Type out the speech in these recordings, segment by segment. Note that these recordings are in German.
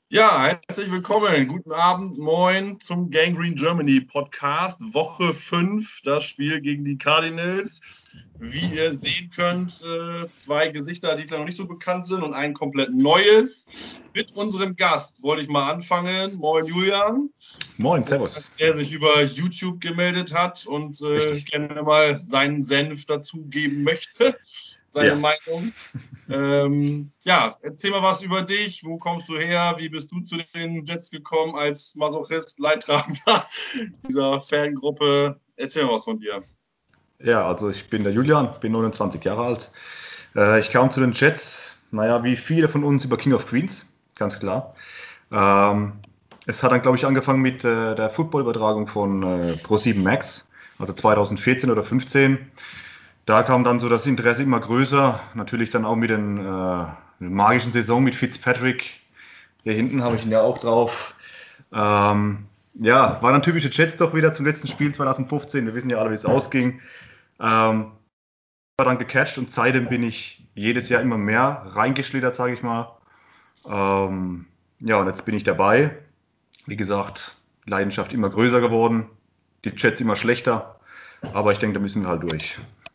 Ja, herzlich willkommen. Guten Abend, moin zum Gangrene Germany Podcast. Woche 5, das Spiel gegen die Cardinals. Wie ihr sehen könnt, zwei Gesichter, die vielleicht noch nicht so bekannt sind und ein komplett neues. Mit unserem Gast wollte ich mal anfangen. Moin Julian. Moin, servus. Der sich über YouTube gemeldet hat und gerne mal seinen Senf dazugeben möchte, seine Meinung. Ja, erzähl mal was über dich. Wo kommst du her? Wie bist du zu den Jets gekommen als Masochist, Leidtragender dieser Fangruppe? Erzähl mal was von dir. Ja, also ich bin der Julian, bin 29 Jahre alt. Ich kam zu den Jets, wie viele von uns über King of Queens, ganz klar. Es hat dann, glaube ich, angefangen mit der Football-Übertragung von Pro7 Max, also 2014 oder 15. Da kam dann so das Interesse immer größer, natürlich dann auch mit den magischen Saison mit Fitzpatrick. Hier hinten habe ich ihn ja auch drauf. Ja, war dann typische Jets doch wieder zum letzten Spiel 2015. Wir wissen ja alle, wie es ausging. War dann gecatcht und seitdem bin ich jedes Jahr immer mehr reingeschlittert, sage ich mal. Ja, und jetzt bin ich dabei. Wie gesagt, Leidenschaft immer größer geworden, die Jets immer schlechter, aber ich denke, da müssen wir halt durch.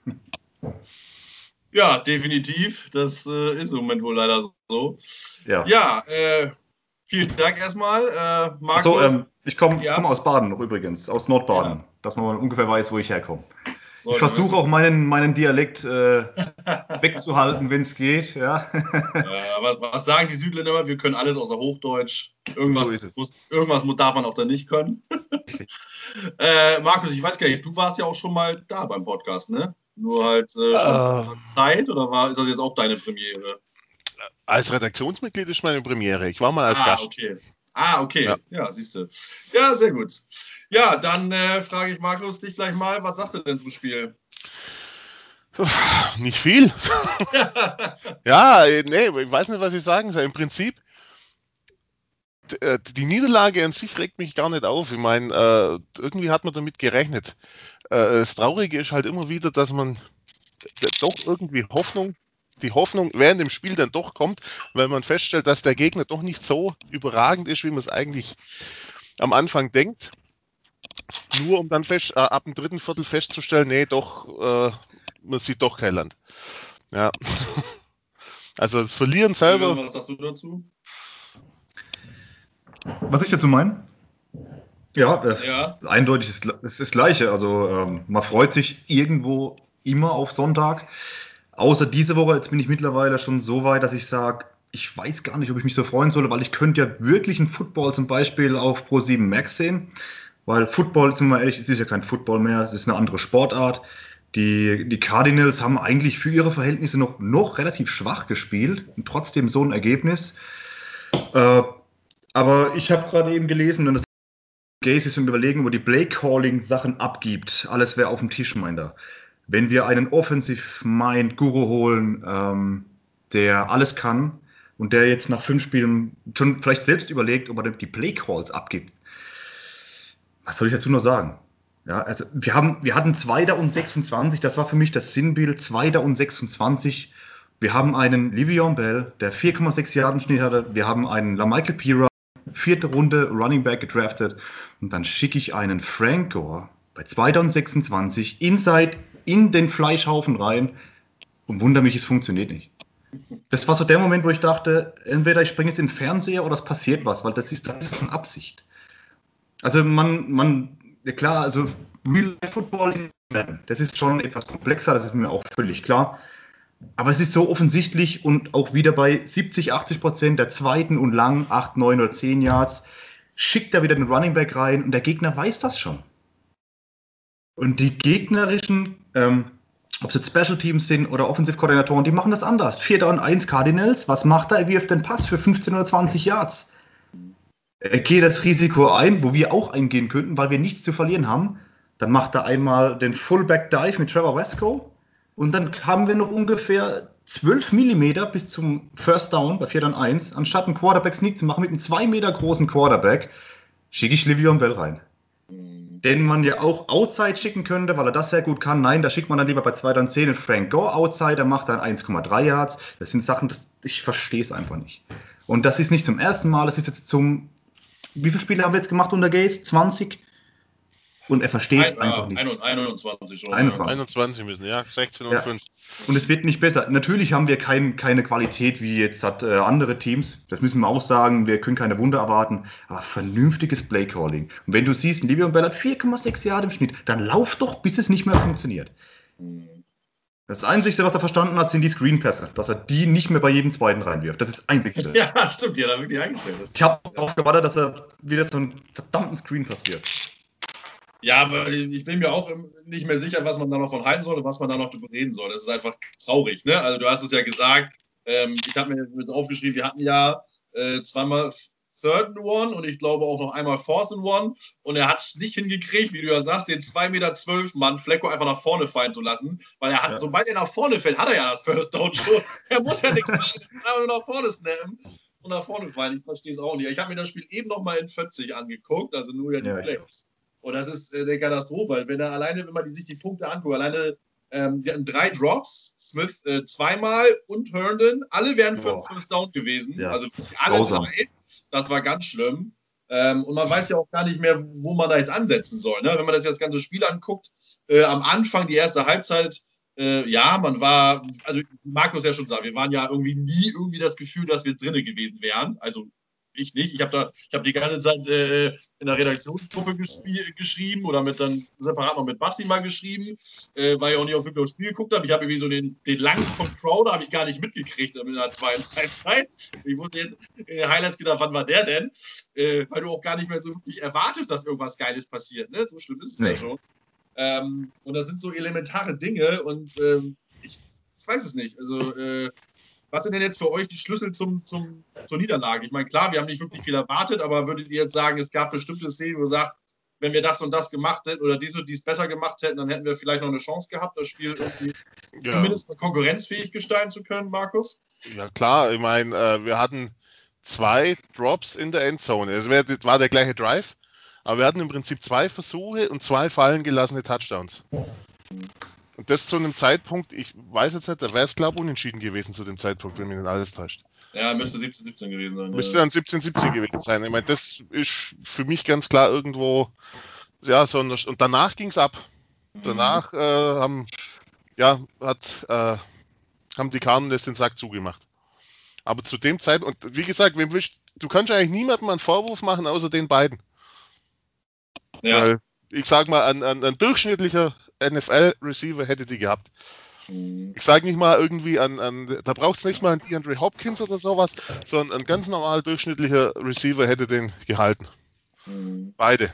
Ja, definitiv. Das ist im Moment wohl leider so. Ja. Ja, vielen Dank erstmal. Achso, Markus, ich komm ja, aus Baden noch übrigens, aus ja, Nordbaden, dass man mal ungefähr weiß, wo ich herkomme. Ich sollte versuche möglich auch sein. meinen Dialekt wegzuhalten, wenn es geht. Ja. Ja, was sagen die Südländer immer? Wir können alles außer Hochdeutsch. So ist es. Irgendwas darf man auch da nicht können. Markus, ich weiß gar nicht, du warst ja auch schon mal da beim Podcast, ne? Nur halt schon vor einer Ähm, Zeit oder ist das jetzt auch deine Premiere? Als Redaktionsmitglied ist meine Premiere. Ich war mal als Ah, Gast. okay. Ah, Ja. okay. Ja, siehst du. Ja, sehr gut. Ja, dann frage ich Markus dich gleich mal, was sagst du denn zum Spiel? Nicht viel. Ja, nee, ich weiß nicht, was ich sagen soll. Im Prinzip, die Niederlage an sich regt mich gar nicht auf. Ich meine, irgendwie hat man damit gerechnet. Das Traurige ist halt immer wieder, dass man doch irgendwie die Hoffnung während dem Spiel dann doch kommt, weil man feststellt, dass der Gegner doch nicht so überragend ist, wie man es eigentlich am Anfang denkt. Nur um dann ab dem dritten Viertel festzustellen, nee, doch, man sieht doch kein Land. Ja. Also das Verlieren Julian, selber, was sagst du dazu? Was ich dazu meine? Ja, Ja. eindeutig ist das Gleiche. Also man freut sich irgendwo immer auf Sonntag. Außer diese Woche, jetzt bin ich mittlerweile schon so weit, dass ich sage, ich weiß gar nicht, ob ich mich so freuen soll, weil ich könnte ja wirklich einen Football zum Beispiel auf Pro7 Max sehen. Weil Football, sind wir mal ehrlich, es ist ja kein Football mehr, es ist eine andere Sportart. Die Cardinals haben eigentlich für ihre Verhältnisse noch relativ schwach gespielt und trotzdem so ein Ergebnis. Aber ich habe gerade eben gelesen, und das Gaze ist im Überlegen, wo die Play-Calling-Sachen abgibt. Alles wäre auf dem Tisch, meint er. Wenn wir einen Offensive-Mind-Guru holen, der alles kann und der jetzt nach 5 Spielen schon vielleicht selbst überlegt, ob er die Play-Calls abgibt. Was soll ich dazu noch sagen? Ja, also wir hatten Zweiter und 26, das war für mich das Sinnbild, Zweiter und 26. Wir haben einen Le'Veon Bell, der 4,6 Jahre im Schnitt hatte. Wir haben einen LaMichael Pira, 4. Runde Running Back gedraftet. Und dann schicke ich einen Frank Gore bei 2026 inside in den Fleischhaufen rein und wundere mich, es funktioniert nicht. Das war so der Moment, wo ich dachte, entweder ich springe jetzt in den Fernseher oder es passiert was, weil das ist von Absicht. Also ja klar, also Real Life Football ist, das ist schon etwas komplexer, das ist mir auch völlig klar. Aber es ist so offensichtlich und auch wieder bei 70-80% der zweiten und langen 8, 9 oder 10 Yards schickt er wieder den Running Back rein und der Gegner weiß das schon. Und die gegnerischen, ob es jetzt Special Teams sind oder Offensivkoordinatoren, die machen das anders. 4. und 1 Cardinals, was macht er? Er wirft den Pass für 15 oder 20 Yards. Er geht das Risiko ein, wo wir auch eingehen könnten, weil wir nichts zu verlieren haben. Dann macht er einmal den Fullback Dive mit Trevor Wesco und dann haben wir noch ungefähr 12 Millimeter bis zum First Down bei 4-1. Anstatt einen Quarterback Sneak zu machen mit einem 2 Meter großen Quarterback, schicke ich Le'Veon Bell rein. Den man ja auch Outside schicken könnte, weil er das sehr gut kann. Nein, da schickt man dann lieber bei 2-10 einen Frank Gore Outside, der macht dann 1,3 Yards. Das sind Sachen, ich verstehe es einfach nicht. Und das ist nicht zum ersten Mal, das ist jetzt wie viele Spiele haben wir jetzt gemacht unter Gaze? 20? Und er versteht es einfach nicht. 21 schon. 21. 21 müssen, ja, 16 und Ja. 5. Und es wird nicht besser. Natürlich haben wir keine Qualität wie jetzt andere Teams. Das müssen wir auch sagen. Wir können keine Wunder erwarten. Aber vernünftiges Playcalling. Und wenn du siehst, Le'Veon Bell hat 4,6 Jahre im Schnitt, dann lauf doch, bis es nicht mehr funktioniert. Das Einzige, was er verstanden hat, sind die Screenpässe. Dass er die nicht mehr bei jedem zweiten reinwirft. Das ist das Einzige. Ja, stimmt, die hat er wirklich eingestellt. Ich habe darauf gewartet, dass er wieder so einen verdammten Screenpass wird. Ja, aber ich bin mir auch nicht mehr sicher, was man da noch von halten soll und was man da noch drüber reden soll. Das ist einfach traurig, ne? Also du hast es ja gesagt, ich habe mir mit aufgeschrieben, wir hatten ja zweimal Third and One und ich glaube auch noch einmal Fourth and One und er hat es nicht hingekriegt, wie du ja sagst, den 2,12 Meter Mann Flecko einfach nach vorne fallen zu lassen, weil er hat, sobald er nach vorne fällt, hat er ja das First Down schon. Er muss ja nichts machen, er nur nach vorne snappen und nach vorne fallen. Ich verstehe es auch nicht. Ich habe mir das Spiel eben noch mal in 40 angeguckt, also nur ja die Plays. Und das ist eine Katastrophe, weil wenn man sich die Punkte anguckt, alleine wir hatten 3 Drops, Smith zweimal und Herndon, alle wären für First Down gewesen, also alle Grausam. 3. Das war ganz schlimm. Und man weiß ja auch gar nicht mehr, wo man da jetzt ansetzen soll. Ne? Wenn man das Spiel anguckt, am Anfang, die erste Halbzeit, ja, man war, also Markus ja schon sagt, wir waren ja nie das Gefühl, dass wir drinne gewesen wären. Also ich nicht. Ich habe die ganze Zeit in der Redaktionsgruppe geschrieben oder dann separat noch mit Basti mal geschrieben, weil ich auch nicht auf wirklich aufs Spiel geguckt habe. Ich habe irgendwie so den langen von Crowder habe ich gar nicht mitgekriegt in der zweiten Halbzeit. Ich wurde jetzt in den Highlights gedacht, wann war der denn? Weil du auch gar nicht mehr so wirklich erwartest, dass irgendwas Geiles passiert. Ne? So schlimm ist es ja schon. Und das sind so elementare Dinge und ich weiß es nicht. Also was sind denn jetzt für euch die Schlüssel zur Niederlage? Ich meine, klar, wir haben nicht wirklich viel erwartet, aber würdet ihr jetzt sagen, es gab bestimmte Szenen, wo ihr sagt, wenn wir das und das gemacht hätten oder dies und dies besser gemacht hätten, dann hätten wir vielleicht noch eine Chance gehabt, das Spiel irgendwie zumindest konkurrenzfähig gestalten zu können, Markus? Ja klar, ich meine, wir hatten 2 Drops in der Endzone. Es war der gleiche Drive, aber wir hatten im Prinzip 2 Versuche und 2 fallen gelassene Touchdowns. Und das zu einem Zeitpunkt, ich weiß jetzt nicht, da wäre es glaube ich unentschieden gewesen zu dem Zeitpunkt, wenn mich nicht alles täuscht. Ja, müsste 17-17 gewesen sein. Müsste dann 17-17 gewesen sein. Ich meine, das ist für mich ganz klar irgendwo, ja, und danach ging es ab. Danach haben die Cardinals den Sack zugemacht. Aber zu dem Zeitpunkt, und wie gesagt, du kannst eigentlich niemandem einen Vorwurf machen, außer den beiden. Ja. Weil, ich sag mal, ein durchschnittlicher NFL-Receiver hätte die gehabt. Ich sage nicht mal irgendwie da braucht es nicht mal einen DeAndre Hopkins oder sowas, sondern ein ganz normal durchschnittlicher Receiver hätte den gehalten. Beide.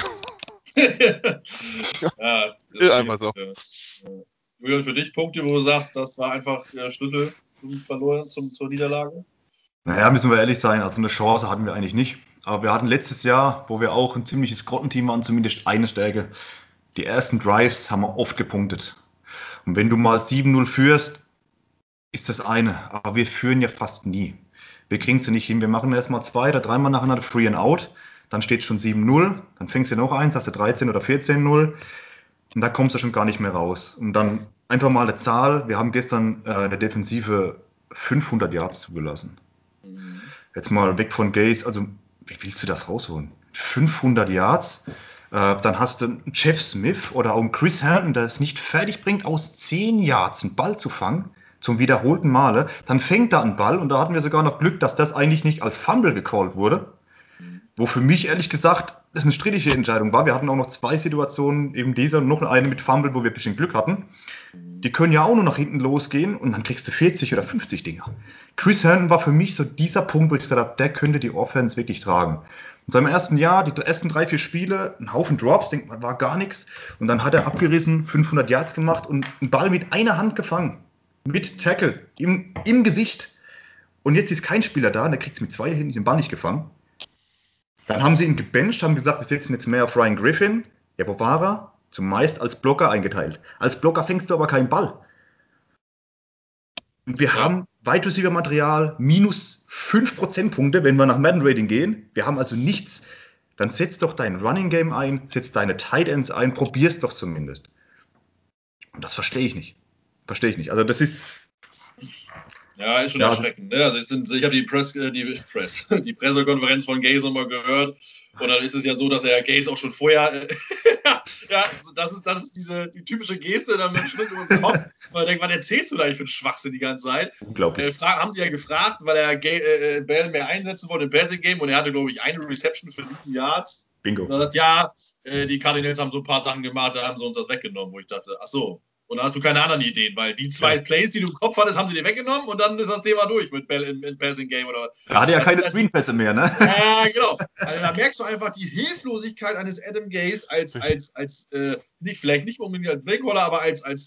Ja, das Ist einfach so. Julian, für dich Punkte, wo du sagst, das war einfach der Schlüssel zur Niederlage? Naja, müssen wir ehrlich sein, also eine Chance hatten wir eigentlich nicht. Aber wir hatten letztes Jahr, wo wir auch ein ziemliches Grottenteam waren, zumindest eine Stärke. Die ersten Drives haben wir oft gepunktet. Und wenn du mal 7-0 führst, ist das eine. Aber wir führen ja fast nie. Wir kriegen es ja nicht hin. Wir machen erst mal 2 oder 3 Mal nacheinander Free and Out. Dann steht schon 7-0. Dann fängst du noch eins, hast du 13 oder 14-0. Und da kommst du schon gar nicht mehr raus. Und dann einfach mal eine Zahl. Wir haben gestern der Defensive 500 Yards zugelassen. Jetzt mal weg von Gaze. Also, wie willst du das rausholen? 500 Yards. Dann hast du einen Jeff Smith oder auch einen Chris Herndon, der es nicht fertig bringt, aus 10 Yards einen Ball zu fangen, zum wiederholten Male. Dann fängt er einen Ball und da hatten wir sogar noch Glück, dass das eigentlich nicht als Fumble gecallt wurde. Wo für mich ehrlich gesagt das eine strittige Entscheidung war. Wir hatten auch noch 2 Situationen, eben dieser und noch eine mit Fumble, wo wir ein bisschen Glück hatten. Die können ja auch nur nach hinten losgehen und dann kriegst du 40 oder 50 Dinger. Chris Herndon war für mich so dieser Punkt, wo ich gesagt habe, der könnte die Offense wirklich tragen. In seinem ersten Jahr, die ersten 3, 4 Spiele, ein Haufen Drops, denkt man, war gar nichts. Und dann hat er abgerissen, 500 Yards gemacht und einen Ball mit einer Hand gefangen. Mit Tackle, im Gesicht. Und jetzt ist kein Spieler da, und der kriegt es mit 2 Händen den Ball nicht gefangen. Dann haben sie ihn gebencht, haben gesagt, wir setzen jetzt mehr auf Ryan Griffin. Ja, wo war er? Zumeist als Blocker eingeteilt. Als Blocker fängst du aber keinen Ball. Und wir haben Wide Receiver Material minus 5 Prozentpunkte, wenn wir nach Madden Rating gehen. Wir haben also nichts. Dann setz doch dein Running Game ein, setz deine Tight Ends ein, probier's doch zumindest. Und das verstehe ich nicht. Verstehe ich nicht. Also das ist Ja, ist schon Ja, erschreckend. Ne? Also ich habe die Pressekonferenz von Gaze nochmal gehört und dann ist es ja so, dass er Gaze auch schon vorher, ja, das ist die typische Geste dann mit dem Schnitt über den Kopf. Und man denkt, was erzählst du da eigentlich für einen Schwachsinn die ganze Zeit? unglaublich. Haben die ja gefragt, weil er Bell mehr einsetzen wollte im Passing Game und er hatte, glaube ich, eine Reception für 7 Yards. Bingo. Und er sagt, ja, die Cardinals haben so ein paar Sachen gemacht, da haben sie uns das weggenommen, wo ich dachte, ach so. Und da hast du keine anderen Ideen, weil die 2 Plays, die du im Kopf hattest, haben sie dir weggenommen und dann ist das Thema durch mit Bell im Passing Game oder. Da hatte ja Das keine halt Screenpässe mehr, ne? ja, genau. Also da merkst du einfach die Hilflosigkeit eines Adam Gaze vielleicht nicht unbedingt als Playcaller, aber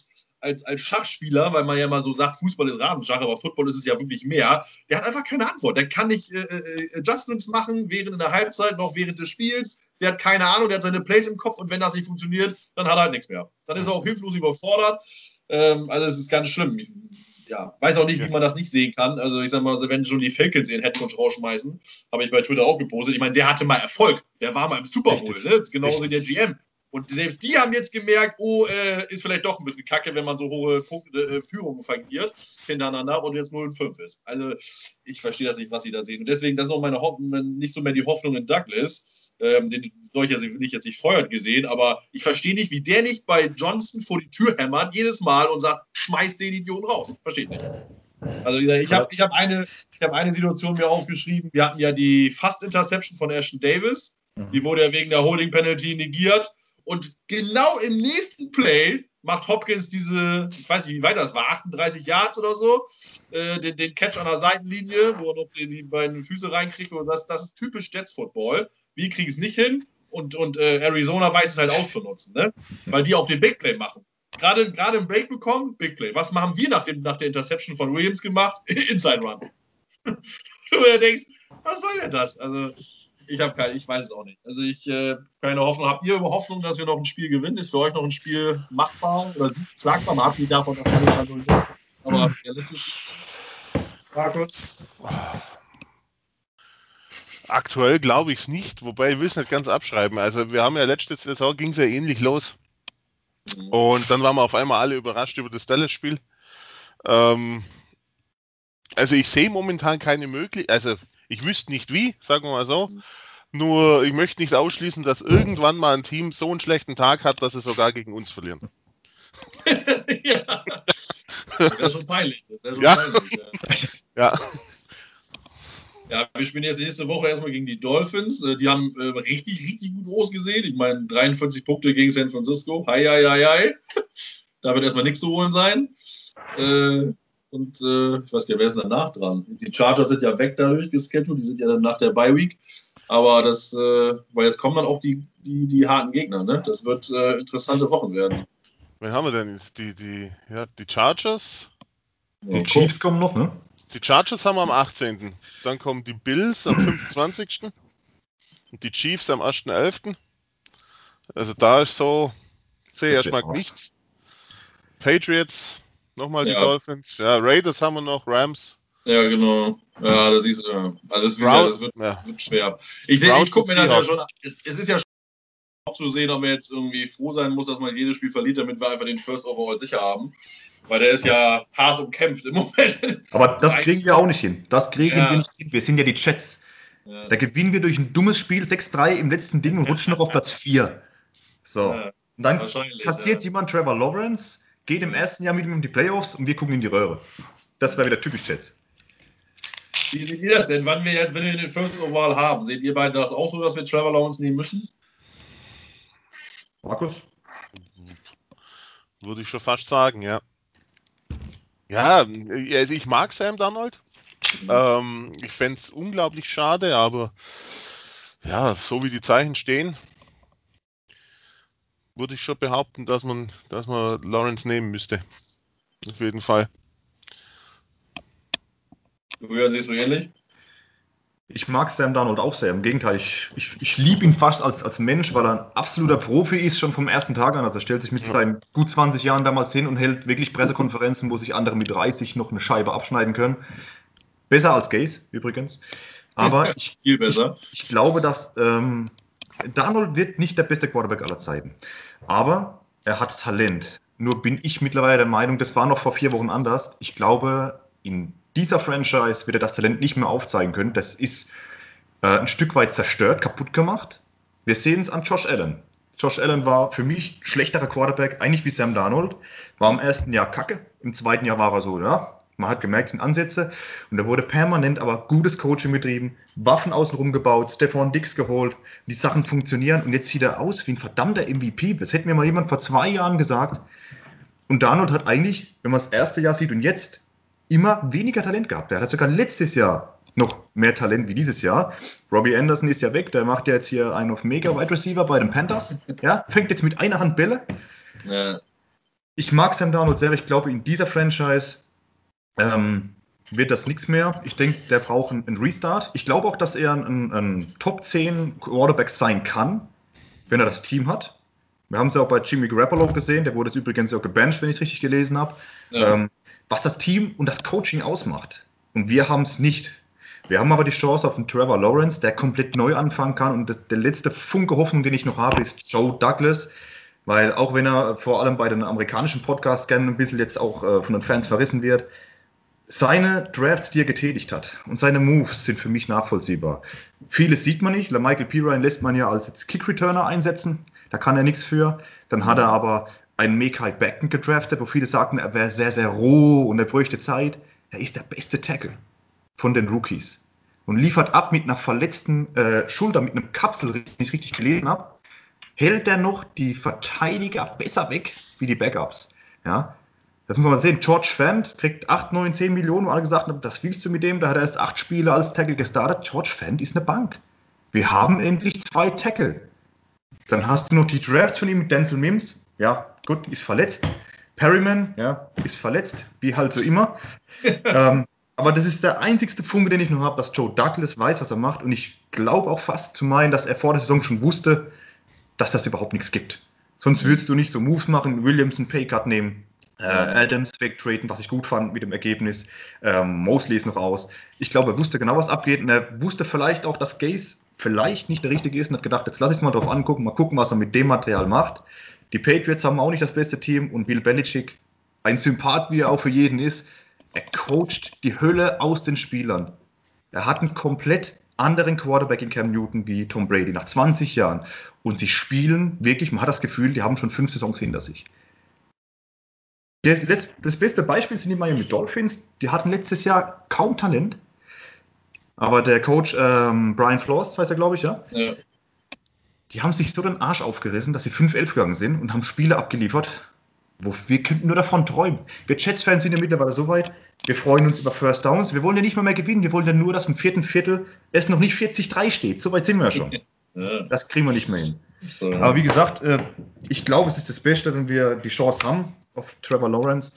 als Schachspieler, weil man ja mal so sagt, Fußball ist Rasenschach, aber Football ist es ja wirklich mehr. Der hat einfach keine Antwort. Der kann nicht Adjustments machen, während in der Halbzeit noch während des Spiels. Der hat keine Ahnung, der hat seine Plays im Kopf und wenn das nicht funktioniert, dann hat er halt nichts mehr. Dann ist er auch hilflos überfordert. Also es ist ganz schlimm. Ja, weiß auch nicht, wie man das nicht sehen kann. Also ich sag mal, wenn schon die Falcons ihren Headcoach rausschmeißen, habe ich bei Twitter auch gepostet. Ich meine, der hatte mal Erfolg. Der war mal im Super Bowl, ne? Genauso wie der GM. Und selbst die haben jetzt gemerkt, ist vielleicht doch ein bisschen kacke, wenn man so hohe Punkte, Führungen verliert hintereinander und jetzt 0-5 ist. Also ich verstehe das nicht, was sie da sehen. Und deswegen, das ist auch meine Hoffnung, nicht so mehr die Hoffnung in Douglas. Den soll ich jetzt nicht feuert gesehen, aber ich verstehe nicht, wie der nicht bei Johnson vor die Tür hämmert, jedes Mal und sagt, schmeiß den Idioten raus. Verstehe ich nicht. Also ich hab eine Situation mir aufgeschrieben. Wir hatten ja die Fast-Interception von Ashton Davis. Die wurde ja wegen der Holding Penalty negiert. Und genau im nächsten Play macht Hopkins diese, ich weiß nicht, wie weit das war, 38 Yards oder so, den Catch an der Seitenlinie, wo er noch die beiden Füße reinkriegt. Und das ist typisch Jets-Football. Wir kriegen es nicht hin und Arizona weiß es halt auszunutzen, ne? Weil die auch den Big Play machen. Gerade im Break bekommen, Big Play. Was haben wir nach der Interception von Williams gemacht? Inside Run. Du dir denkst, was soll denn das? Also, ich weiß es auch nicht. Also, keine Hoffnung. Habt ihr über Hoffnung, dass wir noch ein Spiel gewinnen? Ist für euch noch ein Spiel machbar oder schlagbar? Man abgesehen davon, dass alles mal 0 ist. Aber realistisch gesehen, Markus? Aktuell glaube ich es nicht, wobei ich will es nicht ganz abschreiben. Also wir haben ja letzte Saison, ging es ja ähnlich los. Und dann waren wir auf einmal alle überrascht über das Dallas-Spiel. Also ich sehe momentan keine Möglichkeit, also ich wüsste nicht wie, sagen wir mal so. Nur ich möchte nicht ausschließen, dass irgendwann mal ein Team so einen schlechten Tag hat, dass sie sogar gegen uns verlieren. Ja. Das wäre schon peinlich. Ja. Ja. Ja, wir spielen jetzt nächste Woche erstmal gegen die Dolphins. Die haben richtig, richtig gut ausgesehen. Ich meine, 43 Punkte gegen San Francisco. Hei, hei, hei, hei. Da wird erstmal nichts zu holen sein. Ich weiß gar nicht, wer ist denn danach dran? Die Chargers sind ja weg dadurch gescheduled. Die sind ja dann nach der Bye-Week. Aber weil jetzt kommen dann auch die harten Gegner. Ne? Das wird interessante Wochen werden. Wen haben wir denn? Die Chargers? Die Chiefs kommen noch, ne? Die Chargers haben wir am 18. Dann kommen die Bills am 25. Und die Chiefs am 1.11. Also da ist so, sehe ich Das wird erstmal hart. nichts. Patriots, nochmal die Ja. Dolphins. Ja, Raiders haben wir noch, Rams. Ja, genau. Ja, das ist, also das wird schwer. Ich gucke mir das ja schon an. Es ist ja schon zu sehen, ob man jetzt irgendwie froh sein muss, dass man jedes Spiel verliert, damit wir einfach den First Overall sicher haben. Weil der ist ja hart umkämpft im Moment. Aber das kriegen wir auch nicht hin. Das kriegen wir nicht hin. Wir sind ja die Jets. Ja. Da gewinnen wir durch ein dummes Spiel 6-3 im letzten Ding und rutschen noch auf Platz 4. So. Ja, Und dann kassiert jemand Trevor Lawrence, geht im ersten Jahr mit ihm in die Playoffs und wir gucken in die Röhre. Das wäre wieder typisch Jets. Wie seht ihr das denn? Wenn wir den First Overall haben, seht ihr beide das auch so, dass wir Trevor Lawrence nehmen müssen? Markus? Würde ich schon fast sagen, ja. Ja, also ich mag Sam Darnold. Ich fände es unglaublich schade, aber ja, so wie die Zeichen stehen, würde ich schon behaupten, dass man Lawrence nehmen müsste. Auf jeden Fall. Julian, siehst du ähnlich? Ich mag Sam Darnold auch sehr. Im Gegenteil, ich liebe ihn fast als Mensch, weil er ein absoluter Profi ist, schon vom ersten Tag an. Also er stellt sich mit seinen gut 20 Jahren damals hin und hält wirklich Pressekonferenzen, wo sich andere mit 30 noch eine Scheibe abschneiden können. Besser als Gaze übrigens. Aber Viel besser. ich glaube, dass Darnold wird nicht der beste Quarterback aller Zeiten. Aber er hat Talent. Nur bin ich mittlerweile der Meinung, das war noch vor 4 Wochen anders. Ich glaube, in dieser Franchise wird er das Talent nicht mehr aufzeigen können. Das ist ein Stück weit zerstört, kaputt gemacht. Wir sehen es an Josh Allen. Josh Allen war für mich schlechterer Quarterback, eigentlich wie Sam Darnold. War im ersten Jahr kacke, im zweiten Jahr war er so, ja, man hat gemerkt, sind Ansätze. Und da wurde permanent aber gutes Coaching betrieben, Waffen außenrum gebaut, Stephon Diggs geholt, die Sachen funktionieren. Und jetzt sieht er aus wie ein verdammter MVP. Das hätte mir mal jemand vor 2 Jahren gesagt. Und Darnold hat eigentlich, wenn man das erste Jahr sieht und jetzt, immer weniger Talent gehabt. Er hat sogar letztes Jahr noch mehr Talent wie dieses Jahr. Robbie Anderson ist ja weg, der macht ja jetzt hier einen auf Mega-Wide Receiver bei den Panthers. Ja, fängt jetzt mit einer Hand Bälle. Ja. Ich mag Sam Darnold sehr, ich glaube, in dieser Franchise wird das nichts mehr. Ich denke, der braucht einen Restart. Ich glaube auch, dass er ein Top 10 Quarterback sein kann, wenn er das Team hat. Wir haben es ja auch bei Jimmy Garoppolo gesehen, der wurde jetzt übrigens auch gebancht, wenn ich es richtig gelesen habe. Ja. Was das Team und das Coaching ausmacht. Und wir haben es nicht. Wir haben aber die Chance auf einen Trevor Lawrence, der komplett neu anfangen kann. Und der letzte Funke Hoffnung, den ich noch habe, ist Joe Douglas. Weil auch wenn er vor allem bei den amerikanischen Podcasts gerne ein bisschen jetzt auch von den Fans verrissen wird, seine Drafts, die er getätigt hat und seine Moves sind für mich nachvollziehbar. Vieles sieht man nicht. Michael Pirine lässt man ja als Kick-Returner einsetzen. Da kann er nichts für. Dann hat er aber einen Mekhi Becton gedraftet, wo viele sagten, er wäre sehr, sehr roh und er bräuchte Zeit. Er ist der beste Tackle von den Rookies und liefert ab mit einer verletzten Schulter, mit einem Kapselriss, den ich richtig gelesen habe. Hält er noch die Verteidiger besser weg wie die Backups. Ja, das muss man sehen. George Fant kriegt 8, 9, 10 Millionen, wo alle gesagt haben, das willst du mit dem, da hat er erst 8 Spiele als Tackle gestartet. George Fant ist eine Bank. Wir haben endlich 2 Tackle. Dann hast du noch die Drafts von ihm mit Denzel Mims. Ja, gut, ist verletzt. Perryman, ja, ist verletzt, wie halt so immer. Aber das ist der einzigste Funke, den ich noch habe, dass Joe Douglas weiß, was er macht. Und ich glaube auch fast zu meinen, dass er vor der Saison schon wusste, dass das überhaupt nichts gibt. Sonst würdest du nicht so Moves machen, Williams einen Paycut nehmen, Adams wegtraden, was ich gut fand mit dem Ergebnis. Mosley ist noch aus. Ich glaube, er wusste genau, was abgeht. Und er wusste vielleicht auch, dass Gase vielleicht nicht der Richtige ist und hat gedacht, jetzt lass ich es mal drauf angucken, mal gucken, was er mit dem Material macht. Die Patriots haben auch nicht das beste Team und Bill Belichick, ein Sympath, wie er auch für jeden ist, er coacht die Hölle aus den Spielern. Er hat einen komplett anderen Quarterback in Cam Newton wie Tom Brady nach 20 Jahren. Und sie spielen wirklich, man hat das Gefühl, die haben schon 5 Saisons hinter sich. Das beste Beispiel sind die Miami Dolphins. Die hatten letztes Jahr kaum Talent. Aber der Coach Brian Flores, heißt er, glaube ich, ja? Ja. Die haben sich so den Arsch aufgerissen, dass sie 5-11 gegangen sind und haben Spiele abgeliefert, wo wir könnten nur davon träumen. Wir Jets-Fans sind ja mittlerweile so weit, wir freuen uns über First Downs. Wir wollen ja nicht mal mehr gewinnen. Wir wollen ja nur, dass im vierten Viertel es noch nicht 40-3 steht. So weit sind wir ja schon. Ja. Das kriegen wir nicht mehr hin. So. Aber wie gesagt, ich glaube, es ist das Beste, wenn wir die Chance haben auf Trevor Lawrence,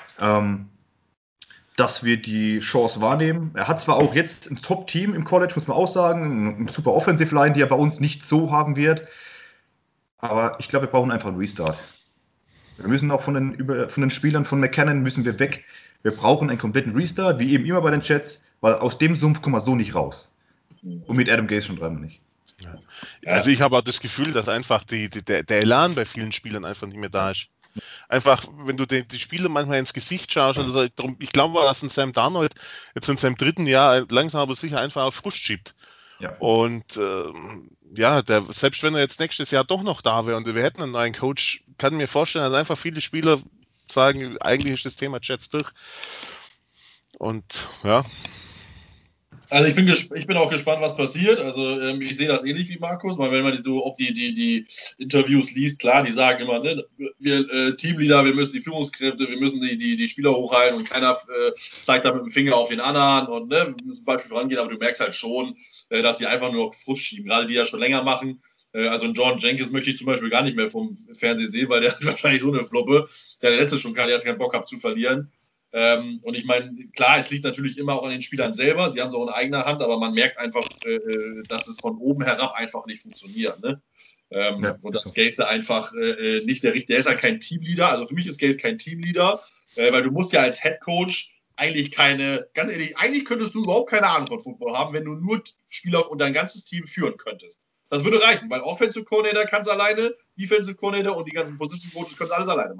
dass wir die Chance wahrnehmen. Er hat zwar auch jetzt ein Top-Team im College, muss man auch sagen, eine super Offensive Line, die er bei uns nicht so haben wird. Aber ich glaube, wir brauchen einfach einen Restart. Wir müssen auch von den Spielern von McKinnon müssen wir weg. Wir brauchen einen kompletten Restart, wie eben immer bei den Jets, weil aus dem Sumpf kommen wir so nicht raus. Und mit Adam Gase schon dreimal nicht. Ja. Also ich habe auch das Gefühl, dass einfach der Elan bei vielen Spielern einfach nicht mehr da ist. Einfach, wenn du die Spieler manchmal ins Gesicht schaust, oder so, ich glaube, dass ein Sam Darnold jetzt in seinem 3. Jahr langsam aber sicher einfach auf Frust schiebt. Ja. Und ja, selbst wenn er jetzt nächstes Jahr doch noch da wäre und wir hätten einen neuen Coach, kann ich mir vorstellen, dass einfach viele Spieler sagen, eigentlich ist das Thema Jets durch. Und ja. Also ich bin auch gespannt, was passiert. Also ich sehe das ähnlich wie Markus, weil wenn man so die Interviews liest, klar, die sagen immer, ne, wir Teamleader, wir müssen die Führungskräfte, wir müssen die Spieler hochhalten und keiner zeigt da mit dem Finger auf den anderen und ne, wir müssen Beispiel vorangehen, aber du merkst halt schon, dass sie einfach nur noch Frust schieben, gerade die ja schon länger machen. Also einen John Jenkins möchte ich zum Beispiel gar nicht mehr vom Fernsehen sehen, weil der hat wahrscheinlich so eine Floppe, der letzte schon keinen Bock hat zu verlieren. Und ich meine, klar, es liegt natürlich immer auch an den Spielern selber. Sie haben es auch in eigener Hand, aber man merkt einfach, dass es von oben herab einfach nicht funktioniert. Ne? Ja, und ist dass so. Gase einfach nicht der richtige, der ist halt kein Teamleader. Also für mich ist Gase kein Teamleader, weil du musst ja als Head Coach eigentlich ganz ehrlich, eigentlich könntest du überhaupt keine Ahnung von Football haben, wenn du nur Spieler und dein ganzes Team führen könntest. Das würde reichen, weil Offensive Coordinator kann es alleine, Defensive Coordinator und die ganzen Position Coaches können alles alleine machen.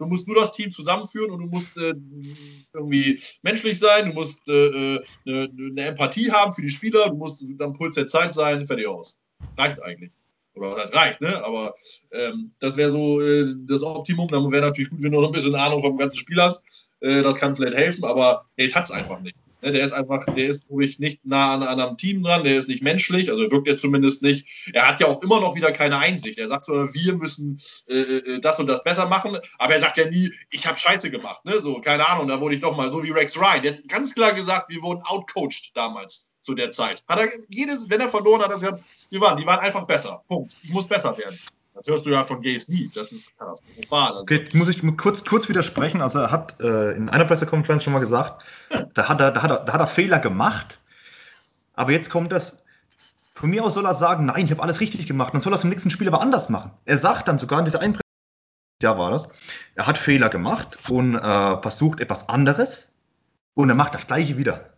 Du musst nur das Team zusammenführen und du musst irgendwie menschlich sein, du musst eine Empathie haben für die Spieler, du musst am Puls der Zeit sein, fertig aus. Reicht eigentlich. Oder was heißt reicht, ne? Aber das wäre so das Optimum. Dann wäre natürlich gut, wenn du noch ein bisschen Ahnung vom ganzen Spiel hast. Das kann vielleicht helfen, aber Gaze hat es einfach nicht. Ne? Der ist, glaube ich, nicht nah an einem Team dran, der ist nicht menschlich, also wirkt er zumindest nicht. Er hat ja auch immer noch wieder keine Einsicht. Er sagt zwar, wir müssen das und das besser machen, aber er sagt ja nie, ich habe Scheiße gemacht. Ne? So, keine Ahnung, da wurde ich doch mal, so wie Rex Ryan, der hat ganz klar gesagt, wir wurden outcoached damals zu der Zeit. Hat er wenn er verloren hat, hat er gesagt, die waren einfach besser. Punkt. Ich muss besser werden. Das hörst du ja von Gaze nie. Das ist katastrophal. Also. Okay, muss ich kurz widersprechen. Also er hat in einer Pressekonferenz schon mal gesagt, da hat er Fehler gemacht. Aber jetzt kommt das. Von mir aus soll er sagen, nein, ich habe alles richtig gemacht. Dann soll er es im nächsten Spiel aber anders machen. Er sagt dann sogar in dieser einen Jahr war das, er hat Fehler gemacht und versucht etwas anderes und er macht das Gleiche wieder.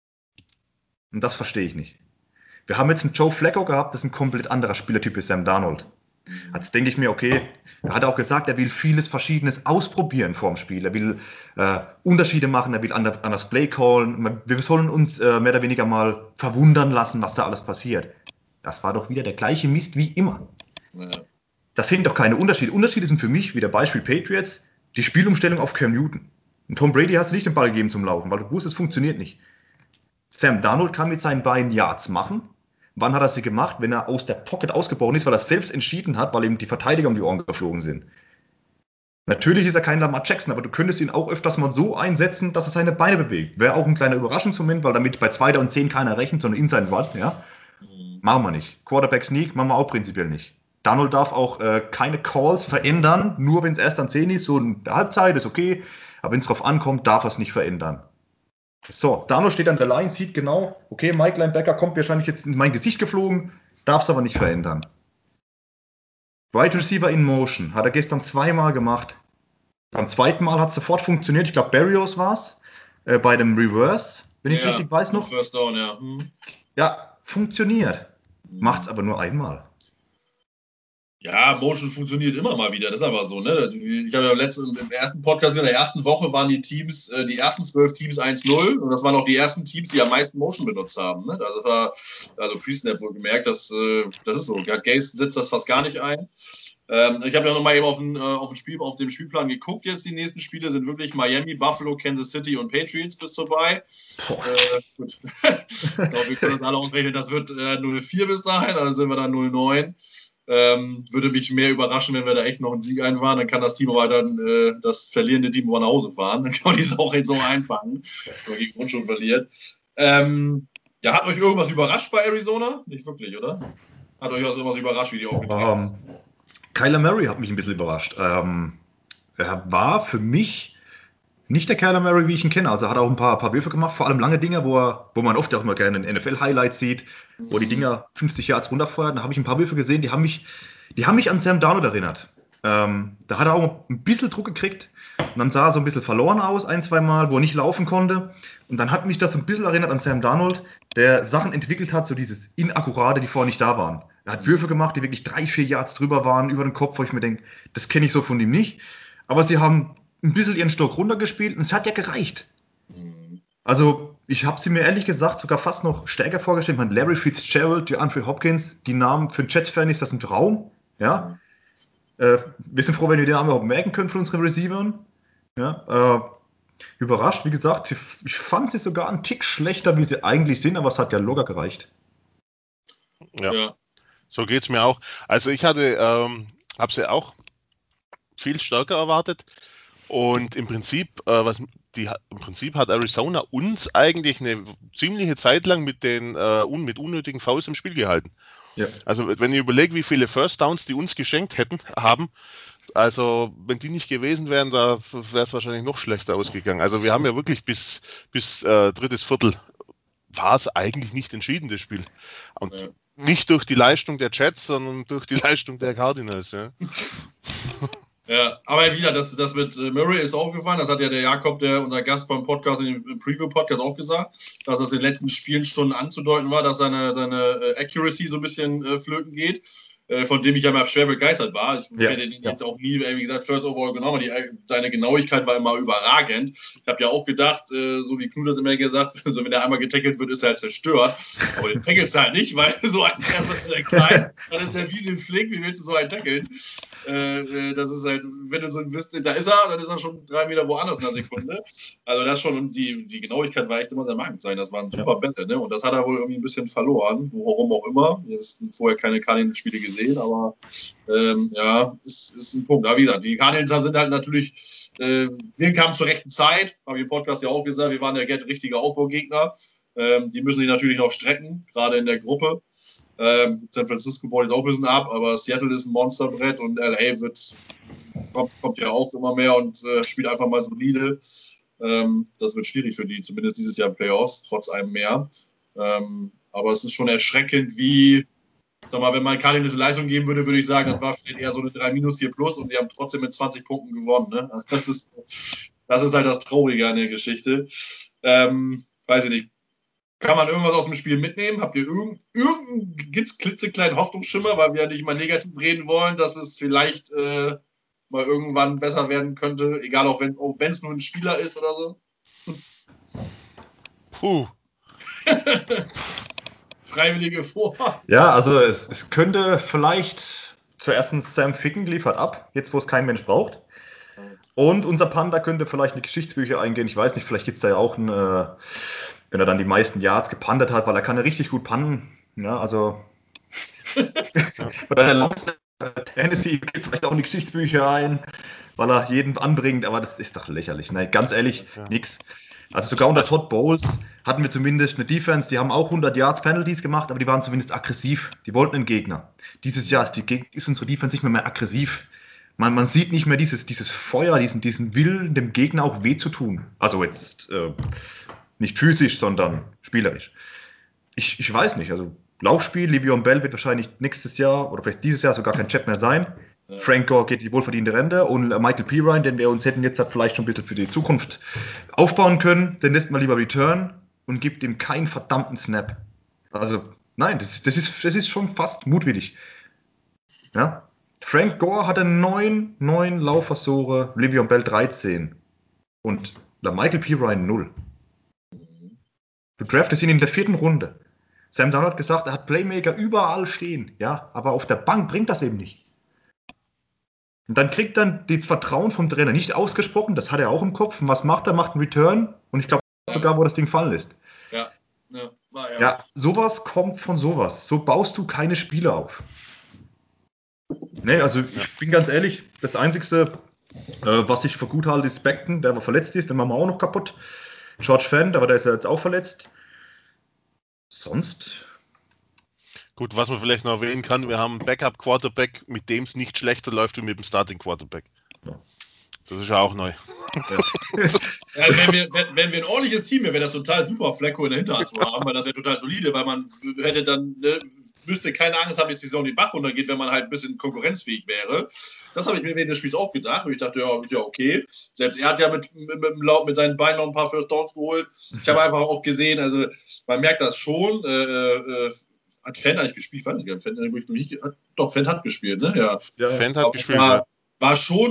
Und das verstehe ich nicht. Wir haben jetzt einen Joe Flacco gehabt, das ist ein komplett anderer Spielertyp wie Sam Darnold. Jetzt denke ich mir, okay, er hat auch gesagt, er will vieles Verschiedenes ausprobieren vorm Spiel. Er will Unterschiede machen, er will anders Play callen. Wir sollen uns mehr oder weniger mal verwundern lassen, was da alles passiert. Das war doch wieder der gleiche Mist wie immer. Ja. Das sind doch keine Unterschiede. Unterschiede sind für mich, wie der Beispiel Patriots, die Spielumstellung auf Cam Newton. Und Tom Brady hast du nicht den Ball gegeben zum Laufen, weil du wusstest, es funktioniert nicht. Sam Darnold kann mit seinen beiden Yards machen. Wann hat er sie gemacht? Wenn er aus der Pocket ausgebrochen ist, weil er es selbst entschieden hat, weil ihm die Verteidiger um die Ohren geflogen sind. Natürlich ist er kein Lamar Jackson, aber du könntest ihn auch öfters mal so einsetzen, dass er seine Beine bewegt. Wäre auch ein kleiner Überraschungsmoment, weil damit bei 2. und 10 keiner rechnet, sondern in sein Wort. Ja? Machen wir nicht. Quarterback Sneak machen wir auch prinzipiell nicht. Darnold darf auch keine Calls verändern, nur wenn es erst an 10 ist. So eine Halbzeit ist okay, aber wenn es drauf ankommt, darf er es nicht verändern. So, Darnold steht an der Line, sieht genau, okay, Mike Linebacker kommt wahrscheinlich jetzt in mein Gesicht geflogen, darf es aber nicht verändern. Wide Receiver in Motion, hat er gestern 2-mal gemacht. Beim 2. Mal hat es sofort funktioniert, ich glaube Barrios war es, bei dem Reverse, wenn ich es richtig weiß noch. First Down, ja. Ja, funktioniert. Macht es aber nur einmal. Ja, Motion funktioniert immer mal wieder, das ist aber so, ne? Ich habe ja im ersten Podcast in der ersten Woche waren die Teams, die ersten 12 Teams 1-0 und das waren auch die ersten Teams, die am meisten Motion benutzt haben, ne? Also Pre-Snap wohl gemerkt, das ist so. Gaze setzt das fast gar nicht ein. Ich habe ja nochmal eben auf dem Spielplan geguckt jetzt, die nächsten Spiele sind wirklich Miami, Buffalo, Kansas City und Patriots bis vorbei. Gut. Ich glaube, wir können uns alle ausrechnen, das wird 0-4 bis dahin, also sind wir dann 0-9. Würde mich mehr überraschen, wenn wir da echt noch einen Sieg einfahren. Dann kann das Team aber dann das verlierende Team aber nach Hause fahren. Dann kann man die auch jetzt so einfangen, wenn man gegen uns schon verliert. Ja, hat euch irgendwas überrascht bei Arizona? Nicht wirklich, oder? Hat euch irgendwas überrascht, wie die aufgetreten sind? Kyler Murray hat mich ein bisschen überrascht. Er war für mich nicht der Kyler Murray, wie ich ihn kenne. Also er hat auch ein paar Würfe gemacht, vor allem lange Dinger, wo man oft auch immer gerne in NFL-Highlights sieht, wo die Dinger 50 Yards runterfeuern. Da habe ich ein paar Würfe gesehen, die haben mich an Sam Darnold erinnert. Da hat er auch ein bisschen Druck gekriegt und dann sah er so ein bisschen verloren aus, 1-2 Mal, wo er nicht laufen konnte. Und dann hat mich das ein bisschen erinnert an Sam Darnold, der Sachen entwickelt hat, so dieses Inakkurate, die vorher nicht da waren. Er hat Würfe gemacht, die wirklich 3-4 Yards drüber waren, über den Kopf, wo ich mir denke, das kenne ich so von ihm nicht. Aber sie haben ein bisschen ihren Stock runtergespielt und es hat ja gereicht. Also, ich habe sie mir ehrlich gesagt sogar fast noch stärker vorgestellt. Ich meine, Larry Fitzgerald, DeAndre Hopkins, die Namen für Jets-Fan ist das ein Traum. Ja? Wir sind froh, wenn wir den Namen überhaupt merken können von unseren Receivern. Ja? Überrascht, wie gesagt, ich fand sie sogar einen Tick schlechter, wie sie eigentlich sind, aber es hat ja locker gereicht. Ja. So geht es mir auch. Also ich habe sie auch viel stärker erwartet. Und im Prinzip, im Prinzip hat Arizona uns eigentlich eine ziemliche Zeit lang mit mit unnötigen Fouls im Spiel gehalten. Ja. Also wenn ihr überlegt, wie viele First Downs die uns geschenkt haben, also wenn die nicht gewesen wären, da wäre es wahrscheinlich noch schlechter ausgegangen. Also wir haben ja wirklich bis drittes Viertel war es eigentlich nicht entschieden, das Spiel. Und nicht durch die Leistung der Jets, sondern durch die Leistung der Cardinals. Ja. Ja, aber wieder, das mit Murray ist aufgefallen, das hat ja der Jakob, unser Gast beim Podcast, im Preview-Podcast auch gesagt, dass es in den letzten Spielen schon anzudeuten war, dass seine Accuracy so ein bisschen flöten geht. von dem ich ja mal schwer begeistert war. Ich werde ihn jetzt auch nie, wie gesagt, First Overall genommen. Seine Genauigkeit war immer überragend. Ich habe ja auch gedacht, so wie Knut das immer gesagt hat, so wenn er einmal getackelt wird, ist er halt zerstört. Aber den tackelt halt nicht, weil so ein erstmal ist der klein, dann ist der wie so ein Flink, wie willst du so einen tackeln? Das ist halt, wenn du so wisst, da ist er, dann ist er schon 3 Meter woanders in der Sekunde. Also das schon, und die Genauigkeit war echt immer sein Markenzeichen. Das waren super Bälle, ne? Und das hat er wohl irgendwie ein bisschen verloren, warum auch immer. Wir haben vorher keine Cardinals-Spiele gesehen, aber ist ein Punkt. Aber wie gesagt, die Cardinals sind halt natürlich, wir kamen zur rechten Zeit, habe ich im Podcast ja auch gesagt, wir waren der richtige Aufbaugegner. Die müssen sich natürlich noch strecken, gerade in der Gruppe. San Francisco baut jetzt auch ein bisschen ab, aber Seattle ist ein Monsterbrett und LA kommt ja auch immer mehr und spielt einfach mal solide. Das wird schwierig für die, zumindest dieses Jahr Playoffs, trotz einem mehr. Aber es ist schon erschreckend, wie, sag mal, wenn man Cardinals eine Leistung geben würde, würde ich sagen, das war vielleicht eher so eine 3-, 4+ und sie haben trotzdem mit 20 Punkten gewonnen. Ne? Also das ist halt das Traurige an der Geschichte. Weiß ich nicht. Kann man irgendwas aus dem Spiel mitnehmen? Habt ihr irgendeinen klitzekleinen Hoffnungsschimmer, weil wir ja nicht mal negativ reden wollen, dass es vielleicht mal irgendwann besser werden könnte, egal auch wenn es nur ein Spieler ist oder so? Puh. Freiwillige vor. Ja, also es könnte vielleicht zuerst Sam Ficken liefert ab, jetzt wo es kein Mensch braucht. Und unser Panda könnte vielleicht in die Geschichtsbücher eingehen. Ich weiß nicht, vielleicht gibt es da ja auch wenn er dann die meisten Yards gepandet hat, weil er kann ja richtig gut pannen. Ja, also oder der Longster Tennessee geht vielleicht auch in die Geschichtsbücher ein, weil er jeden anbringt, aber das ist doch lächerlich. Ne? Ganz ehrlich, nix. Also sogar unter Todd Bowles hatten wir zumindest eine Defense, die haben auch 100 Yards Penalties gemacht, aber die waren zumindest aggressiv. Die wollten einen Gegner. Dieses Jahr ist unsere Defense nicht mehr aggressiv. Man sieht nicht mehr dieses Feuer, diesen Willen, dem Gegner auch weh zu tun. Also jetzt nicht physisch, sondern spielerisch. Ich weiß nicht, also Laufspiel, Le'Veon Bell wird wahrscheinlich nächstes Jahr oder vielleicht dieses Jahr sogar kein Chat mehr sein. Ja. Frank Gore geht die wohlverdiente Rente und Michael Pirine, den wir uns hätten jetzt halt vielleicht schon ein bisschen für die Zukunft aufbauen können, den lässt man lieber return und gibt ihm keinen verdammten Snap. Also nein, das ist schon fast mutwillig. Ja? Frank Gore hatte 9 Laufversuche, Le'Veon Bell 13 und Michael Pirine 0. Du draftest ihn in der 4. Runde. Sam Darnold hat gesagt, er hat Playmaker überall stehen, ja, aber auf der Bank bringt das eben nicht. Und dann kriegt dann das Vertrauen vom Trainer nicht ausgesprochen, das hat er auch im Kopf. Und was macht er? Macht einen Return und ich glaube sogar, wo das Ding fallen lässt. Ja, sowas kommt von sowas. So baust du keine Spiele auf. Ne, also ich bin ganz ehrlich, das Einzige, was ich für gut halte, ist Beckton, der verletzt ist, den machen wir auch noch kaputt. George Fent, aber der ist ja jetzt auch verletzt. Sonst. Gut, was man vielleicht noch erwähnen kann, wir haben einen Backup-Quarterback, mit dem es nicht schlechter läuft wie mit dem Starting-Quarterback. Ja. Das ist ja auch neu. Ja. Wenn wir ein ordentliches Team wären, wäre das total super, Flecko in der Hinterhand zu haben, weil das wäre total solide, weil man hätte dann, müsste keine Angst haben, dass die Saison die Bach runtergeht, wenn man halt ein bisschen konkurrenzfähig wäre. Das habe ich mir während des Spiels auch gedacht, und ich dachte, ja, ist ja okay. Selbst er hat ja mit seinen Beinen noch ein paar First Downs geholt. Ich habe einfach auch gesehen, also man merkt das schon, hat Fan eigentlich gespielt? Ich weiß nicht, Fan hat gespielt, ne? Ja. Fan hat gespielt, ja. War schon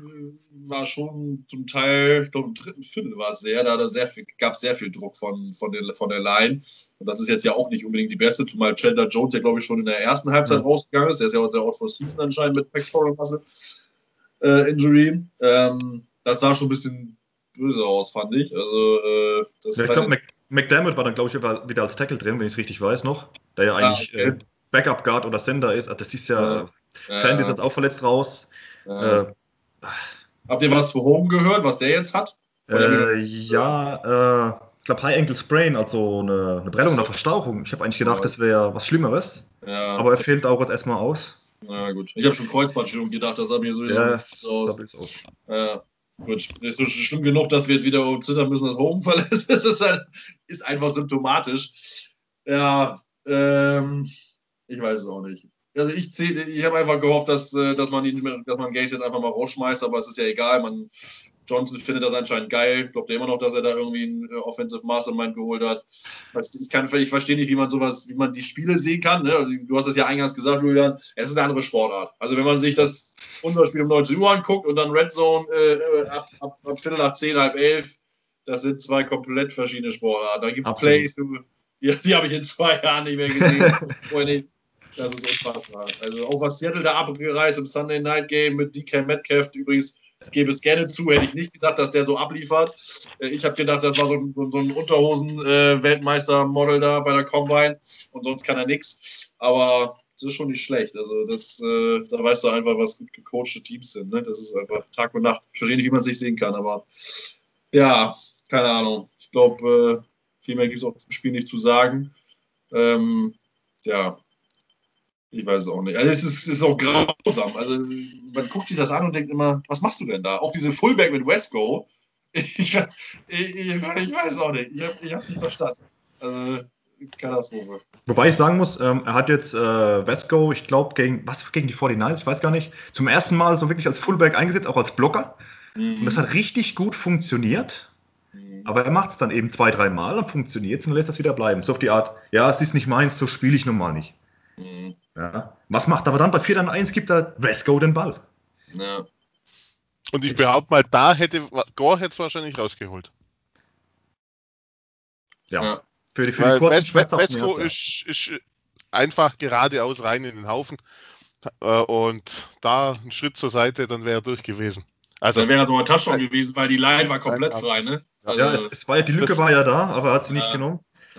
zum Teil, ich glaube im 3. Viertel war es gab es sehr viel Druck von der Line. Und das ist jetzt ja auch nicht unbedingt die beste, zumal Chandler Jones ja, glaube ich, schon in der ersten Halbzeit rausgegangen ist. Der ist ja auch der Out for Season anscheinend mit Pectoral Muscle Injury. Das sah schon ein bisschen böse aus, fand ich. Also, ich glaube, McDermott war dann, glaube ich, wieder als Tackle drin, wenn ich es richtig weiß noch. Der ja eigentlich Backup Guard oder Sender ist. Das ist ja. Fan ist jetzt auch verletzt raus. Habt ihr was für Home gehört, was der jetzt hat? Ich glaube High Ankle Sprain, also eine Prellung, eine Verstauchung. Ich habe eigentlich gedacht, das wäre was Schlimmeres. Ja, aber er fällt auch jetzt erstmal aus. Na gut. Ich habe schon Kreuzbandschirm gedacht, das sah mir sowieso aus. Gut, ist so schlimm genug, dass wir jetzt wieder zittern müssen, dass Home verlässt. Das ist einfach symptomatisch. Ja, ich weiß es auch nicht. Also ich habe einfach gehofft, dass man Gaze jetzt einfach mal rausschmeißt, aber es ist ja egal. Johnson findet das anscheinend geil. Glaubt er immer noch, dass er da irgendwie einen Offensive Mastermind geholt hat. Ich verstehe nicht, wie man die Spiele sehen kann. Ne? Du hast es ja eingangs gesagt, Julian, es ist eine andere Sportart. Also wenn man sich unser Spiel um 19 Uhr anguckt und dann Red Zone ab Viertel nach 10, halb 11, das sind zwei komplett verschiedene Sportarten. Da gibt es Plays, die habe ich in 2 Jahren nicht mehr gesehen. Das ist unfassbar. Also auch was Seattle da abgereist im Sunday Night Game mit DK Metcalf, übrigens, ich gebe es gerne zu, hätte ich nicht gedacht, dass der so abliefert. Ich habe gedacht, das war so ein Unterhosen-Weltmeister-Model da bei der Combine und sonst kann er nichts. Aber das ist schon nicht schlecht. Also da weißt du einfach, was gut gecoachte Teams sind. Ne? Das ist einfach Tag und Nacht. Ich verstehe nicht, wie man es sich sehen kann, aber ja, keine Ahnung. Ich glaube, viel mehr gibt es auch zum Spiel nicht zu sagen. Ja, ich weiß es auch nicht. Also es ist auch grausam. Also man guckt sich das an und denkt immer, was machst du denn da? Auch diese Fullback mit Wesco. Ich weiß auch nicht. Ich habe es nicht verstanden. Also Katastrophe. Wobei ich sagen muss, er hat jetzt Wesco, ich glaube, gegen die 49ers, ich weiß gar nicht, zum ersten Mal so wirklich als Fullback eingesetzt, auch als Blocker. Und das hat richtig gut funktioniert. Aber er macht es dann eben 2, 3 Mal, dann funktioniert es und lässt das wieder bleiben. So auf die Art, ja, es ist nicht meins, so spiele ich nun mal nicht. Ja. Was macht aber dann bei 4-1 gibt er Wesco den Ball. Ja. Und ich behaupte mal, da hätte Gore es wahrscheinlich rausgeholt. Ja. Für die Weil kurzen schmerzhaften Wesco ist einfach geradeaus rein in den Haufen und da einen Schritt zur Seite, dann wäre er durch gewesen. Also, dann wäre er so ein Touchdown gewesen, weil die Line war komplett frei, ne? Also, ja, es war ja, die Lücke war ja da, aber er hat sie nicht genommen.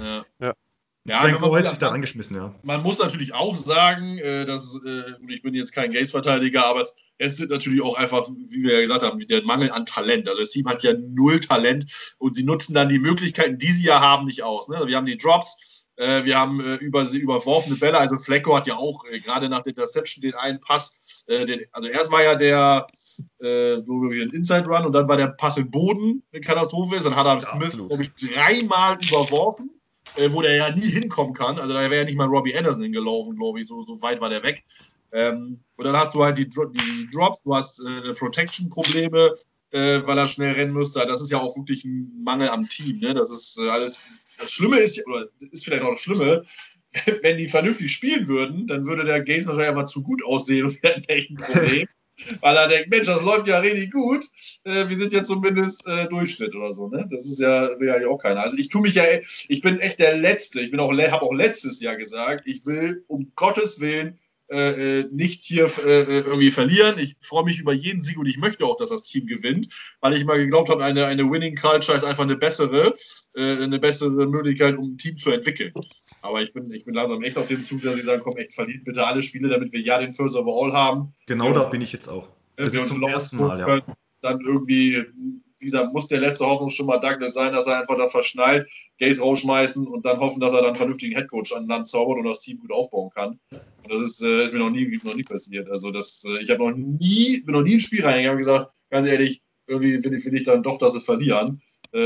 Frank Gore hat sich da reingeschmissen, ja. Man muss natürlich auch sagen, und ich bin jetzt kein Gaze-Verteidiger, aber es sind natürlich auch einfach, wie wir ja gesagt haben, der Mangel an Talent. Also das Team hat ja 0 Talent und sie nutzen dann die Möglichkeiten, die sie ja haben, nicht aus. Ne? Wir haben die Drops, wir haben überworfene Bälle. Also Flecko hat ja auch gerade nach der Interception den einen Pass, also erst war ja der ein Inside-Run und dann war der Pass im Boden eine Katastrophe. Dann hat er Smith, glaube ich, 3-mal überworfen. Wo der ja nie hinkommen kann. Also da wäre ja nicht mal Robbie Anderson hingelaufen, glaube ich. So weit war der weg. Und dann hast du halt die Drops, du hast Protection-Probleme, weil er schnell rennen müsste. Das ist ja auch wirklich ein Mangel am Team. Ne? Das ist alles. Das Schlimme ist, oder ist vielleicht auch das Schlimme, wenn die vernünftig spielen würden, dann würde der Gaze wahrscheinlich einfach zu gut aussehen und wäre echt ein Problem. Weil er denkt, Mensch, das läuft ja richtig gut. Wir sind ja zumindest Durchschnitt oder so. Ne? Das ist will ja auch keiner. Also ich bin echt der Letzte. Habe auch letztes Jahr gesagt, ich will um Gottes Willen nicht hier irgendwie verlieren. Ich freue mich über jeden Sieg und ich möchte auch, dass das Team gewinnt, weil ich mal geglaubt habe, eine Winning Culture ist einfach eine bessere Möglichkeit, um ein Team zu entwickeln. Aber ich bin langsam echt auf dem Zug, dass sie sagen, komm, echt, verliert bitte alle Spiele, damit wir ja den First Overall haben. Genau, da bin ich jetzt auch. Das ist zum ersten Mal, ja. Dann irgendwie, wie gesagt, muss der letzte Hoffnung schon mal Douglas sein, dass er einfach das verschnallt, Gaze rausschmeißen und dann hoffen, dass er dann einen vernünftigen Headcoach an Land zaubert und das Team gut aufbauen kann. Und das ist mir noch nie passiert. Also ich bin noch nie ein Spiel reingegangen und gesagt, ganz ehrlich, irgendwie will ich dann doch, dass sie verlieren.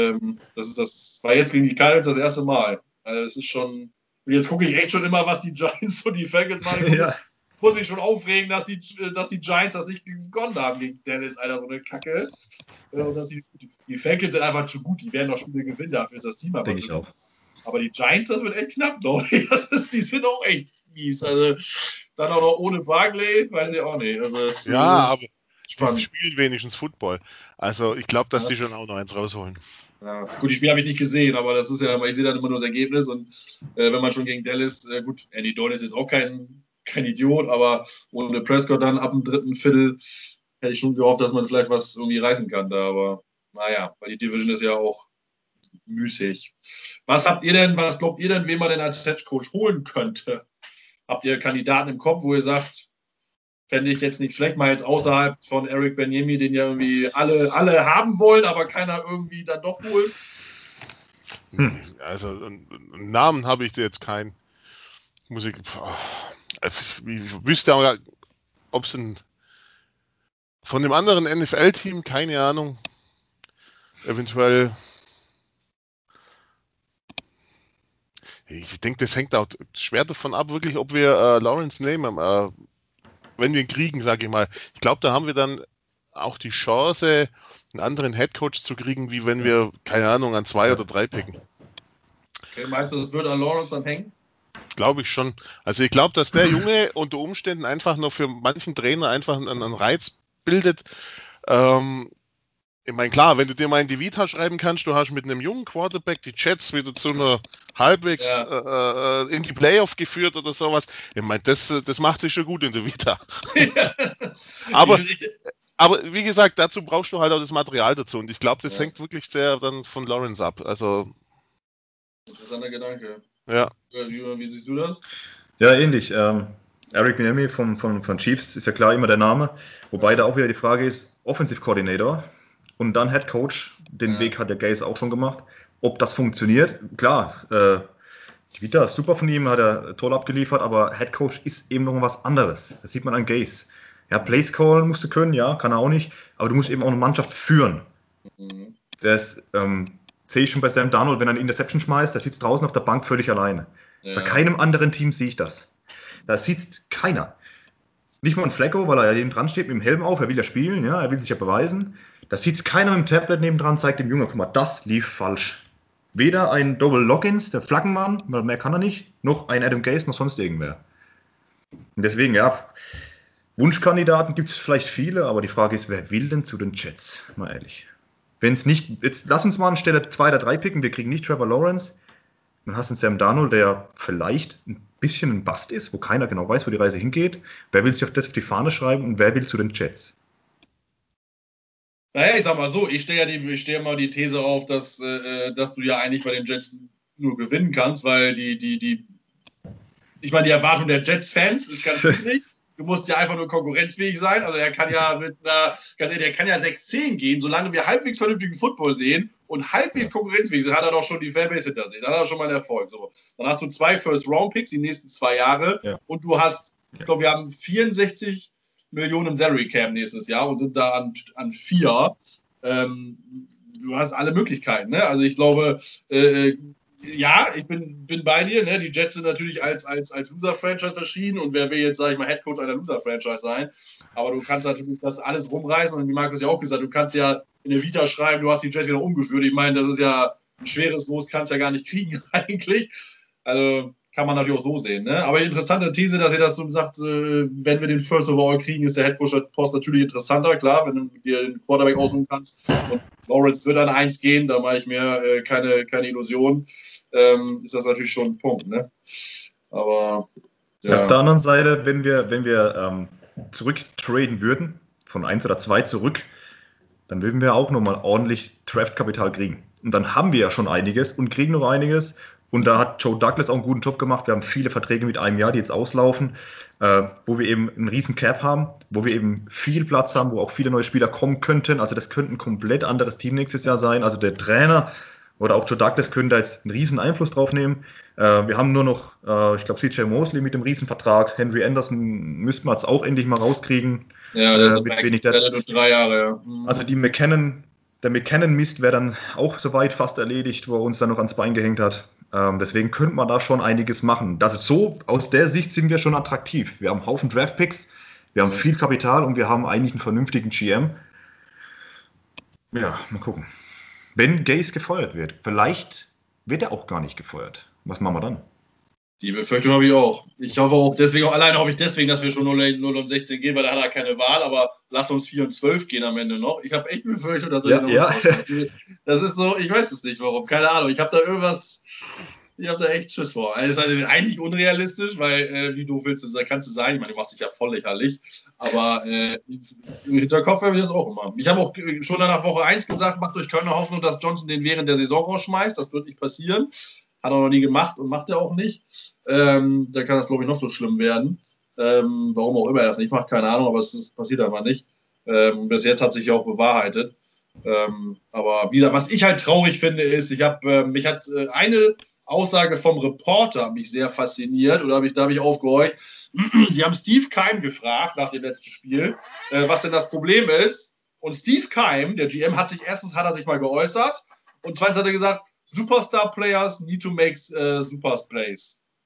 Das war jetzt gegen die Cardinals das erste Mal. Also es ist schon. Und jetzt gucke ich echt schon immer, was die Giants und die Falcons machen. Ja. Muss mich schon aufregen, dass die Giants das nicht gewonnen haben gegen Dallas, Alter, so eine Kacke. Und dass die Falcons sind einfach zu gut, die werden noch Spiele gewinnen, dafür ist das Team aber denke ich auch. Aber die Giants, das wird echt knapp, glaube ich. Die sind auch echt mies. Also dann auch noch ohne Barkley, weiß ich auch nicht. Also aber spannend. Die spielen wenigstens Football. Also ich glaube, dass die schon auch noch eins rausholen. Ja. Gut, die Spiele habe ich nicht gesehen, aber das ist ja, ich sehe dann immer nur das Ergebnis und wenn man schon gegen Dallas, gut, Andy Dalton ist jetzt auch kein Idiot, aber ohne Prescott dann ab dem 3. Viertel hätte ich schon gehofft, dass man vielleicht was irgendwie reißen kann da, aber naja, weil die Division ist ja auch müßig. Was glaubt ihr denn, wen man denn als Head-Coach holen könnte? Habt ihr Kandidaten im Kopf, wo ihr sagt, fände ich jetzt nicht schlecht, mal jetzt außerhalb von Eric Bieniemy, den ja irgendwie alle haben wollen, aber keiner irgendwie dann doch holt? Also einen Namen habe ich jetzt keinen. Ich wüsste aber, ob es von dem anderen NFL-Team, keine Ahnung, eventuell. Ich denke, das hängt auch schwer davon ab, wirklich, ob wir Lawrence nehmen, wenn wir ihn kriegen, sage ich mal. Ich glaube, da haben wir dann auch die Chance, einen anderen Headcoach zu kriegen, wie wenn wir, keine Ahnung, an 2 oder 3 picken. Okay, meinst du, das wird an Lawrence dann hängen? Glaube ich schon. Also ich glaube, dass der Junge unter Umständen einfach noch für manchen Trainer einfach einen Reiz bildet. Ich meine, klar, wenn du dir mal in die Vita schreiben kannst, du hast mit einem jungen Quarterback die Jets wieder zu einer halbwegs in die Playoff geführt oder sowas. Ich meine, das macht sich schon gut in der Vita. aber, aber wie gesagt, dazu brauchst du halt auch das Material dazu. Und ich glaube, das hängt wirklich sehr dann von Lawrence ab. Also, interessanter Gedanke. Ja. Wie siehst du das? Ja, ähnlich. Eric Bieniemy von Chiefs ist ja klar immer der Name. Wobei da auch wieder die Frage ist, Offensive Coordinator und dann Head Coach. Den Weg hat der Gase auch schon gemacht. Ob das funktioniert, klar, die Vita ist super von ihm, hat er toll abgeliefert, aber Head Coach ist eben noch was anderes. Das sieht man an Gase. Ja, Plays Call musst du können, ja, kann er auch nicht, aber du musst eben auch eine Mannschaft führen. Das sehe ich schon bei Sam Darnold, wenn er eine Interception schmeißt, der sitzt draußen auf der Bank völlig alleine. Ja. Bei keinem anderen Team sehe ich das. Da sitzt keiner. Nicht mal ein Flacco, weil er ja neben dran steht mit dem Helm auf, er will ja spielen, ja, er will sich ja beweisen. Da sitzt keiner mit dem Tablet nebendran, zeigt dem Jungen, guck mal, das lief falsch. Weder ein Double Loggins, der Flaggenmann, weil mehr kann er nicht, noch ein Adam Gase, noch sonst irgendwer. Und deswegen, ja, Wunschkandidaten gibt es vielleicht viele, aber die Frage ist, wer will denn zu den Jets? Mal ehrlich. Wenn es nicht, jetzt lass uns mal anstelle 2 oder 3 picken, wir kriegen nicht Trevor Lawrence, dann hast du einen Sam Darnold, der vielleicht ein bisschen ein Bast ist, wo keiner genau weiß, wo die Reise hingeht. Wer will sich auf die Fahne schreiben und wer will zu den Jets? Naja, ich sag mal so, ich stelle ja mal die These auf, dass du ja eigentlich bei den Jets nur gewinnen kannst, weil ich meine, die Erwartung der Jets-Fans ist ganz niedrig. Du musst ja einfach nur konkurrenzfähig sein. Also er kann ja der kann ja 6-10 gehen, solange wir halbwegs vernünftigen Football sehen und halbwegs konkurrenzfähig sind, hat er doch schon die Fanbase hinter sich. Dann hat er schon mal einen Erfolg. So. Dann hast du 2 First-Round-Picks die nächsten 2 Jahre und du hast, ich glaube, wir haben 64 Millionen im Salary Cap nächstes Jahr und sind da an 4. Du hast alle Möglichkeiten. Ne? Also ich glaube, ja, ich bin bei dir. Ne? Die Jets sind natürlich als Loser-Franchise verschrien und wer will jetzt, sage ich mal, Headcoach einer Loser-Franchise sein? Aber du kannst natürlich das alles rumreißen und wie Markus ja auch gesagt, du kannst ja in der Vita schreiben, du hast die Jets wieder umgeführt. Ich meine, das ist ja ein schweres Los, kannst ja gar nicht kriegen eigentlich. Also kann man natürlich auch so sehen. Ne? Aber interessante These, dass ihr das so sagt, wenn wir den First Overall kriegen, ist der Headcoach-Post natürlich interessanter. Klar, wenn du dir den Quarterback aussuchen kannst und Lawrence wird an 1 gehen, da mache ich mir keine Illusion. Ist das natürlich schon ein Punkt. Ne? Aber ja. Auf der anderen Seite, wenn wir zurücktraden würden, von 1 oder 2 zurück, dann würden wir auch nochmal ordentlich Draftkapital kriegen. Und dann haben wir ja schon einiges und kriegen noch einiges. Und da hat Joe Douglas auch einen guten Job gemacht. Wir haben viele Verträge mit einem Jahr, die jetzt auslaufen, wo wir eben einen riesen Cap haben, wo wir eben viel Platz haben, wo auch viele neue Spieler kommen könnten. Also das könnte ein komplett anderes Team nächstes Jahr sein. Also der Trainer oder auch Joe Douglas können da jetzt einen riesen Einfluss drauf nehmen. Wir haben nur noch, ich glaube, CJ Mosley mit dem Riesenvertrag. Henry Anderson müssten wir jetzt auch endlich mal rauskriegen. Ja, der ist weg. Der durch 3 Jahre, ja. Also der McKinnon-Mist wäre dann auch soweit fast erledigt, wo er uns dann noch ans Bein gehängt hat. Deswegen könnte man da schon einiges machen. Das ist so, aus der Sicht sind wir schon attraktiv. Wir haben einen Haufen Draftpicks, wir haben viel Kapital und wir haben eigentlich einen vernünftigen GM. Ja, mal gucken. Wenn Gase gefeuert wird, vielleicht wird er auch gar nicht gefeuert. Was machen wir dann? Die Befürchtung habe ich auch. Ich hoffe auch deswegen, alleine hoffe ich deswegen, dass wir schon 0 und 16 gehen, weil da hat er keine Wahl, aber lass uns 4 und 12 gehen am Ende noch. Ich habe echt Befürchtung, dass er wieder rauskommt. Das ist so, ich weiß es nicht warum, keine Ahnung. Ich habe da echt Schiss vor. Das ist also eigentlich unrealistisch, weil wie doof kannst du sein? Ich meine, du machst dich ja voll lächerlich, aber im Hinterkopf habe ich das auch immer. Ich habe auch schon nach Woche 1 gesagt, macht euch keine Hoffnung, dass Johnson den während der Saison rausschmeißt. Das wird nicht passieren. Hat er noch nie gemacht und macht er auch nicht. Dann kann das, glaube ich, noch so schlimm werden. Warum auch immer er das nicht macht, keine Ahnung, aber es passiert einfach nicht. Bis jetzt hat sich ja auch bewahrheitet. Aber wie gesagt, was ich halt traurig finde, ist, mich hat eine Aussage vom Reporter mich sehr fasziniert oder da habe ich aufgehorcht. Die haben Steve Keim gefragt nach dem letzten Spiel, was denn das Problem ist. Und Steve Keim, der GM, hat er sich mal geäußert und zweitens hat er gesagt, Superstar Players need to make super plays.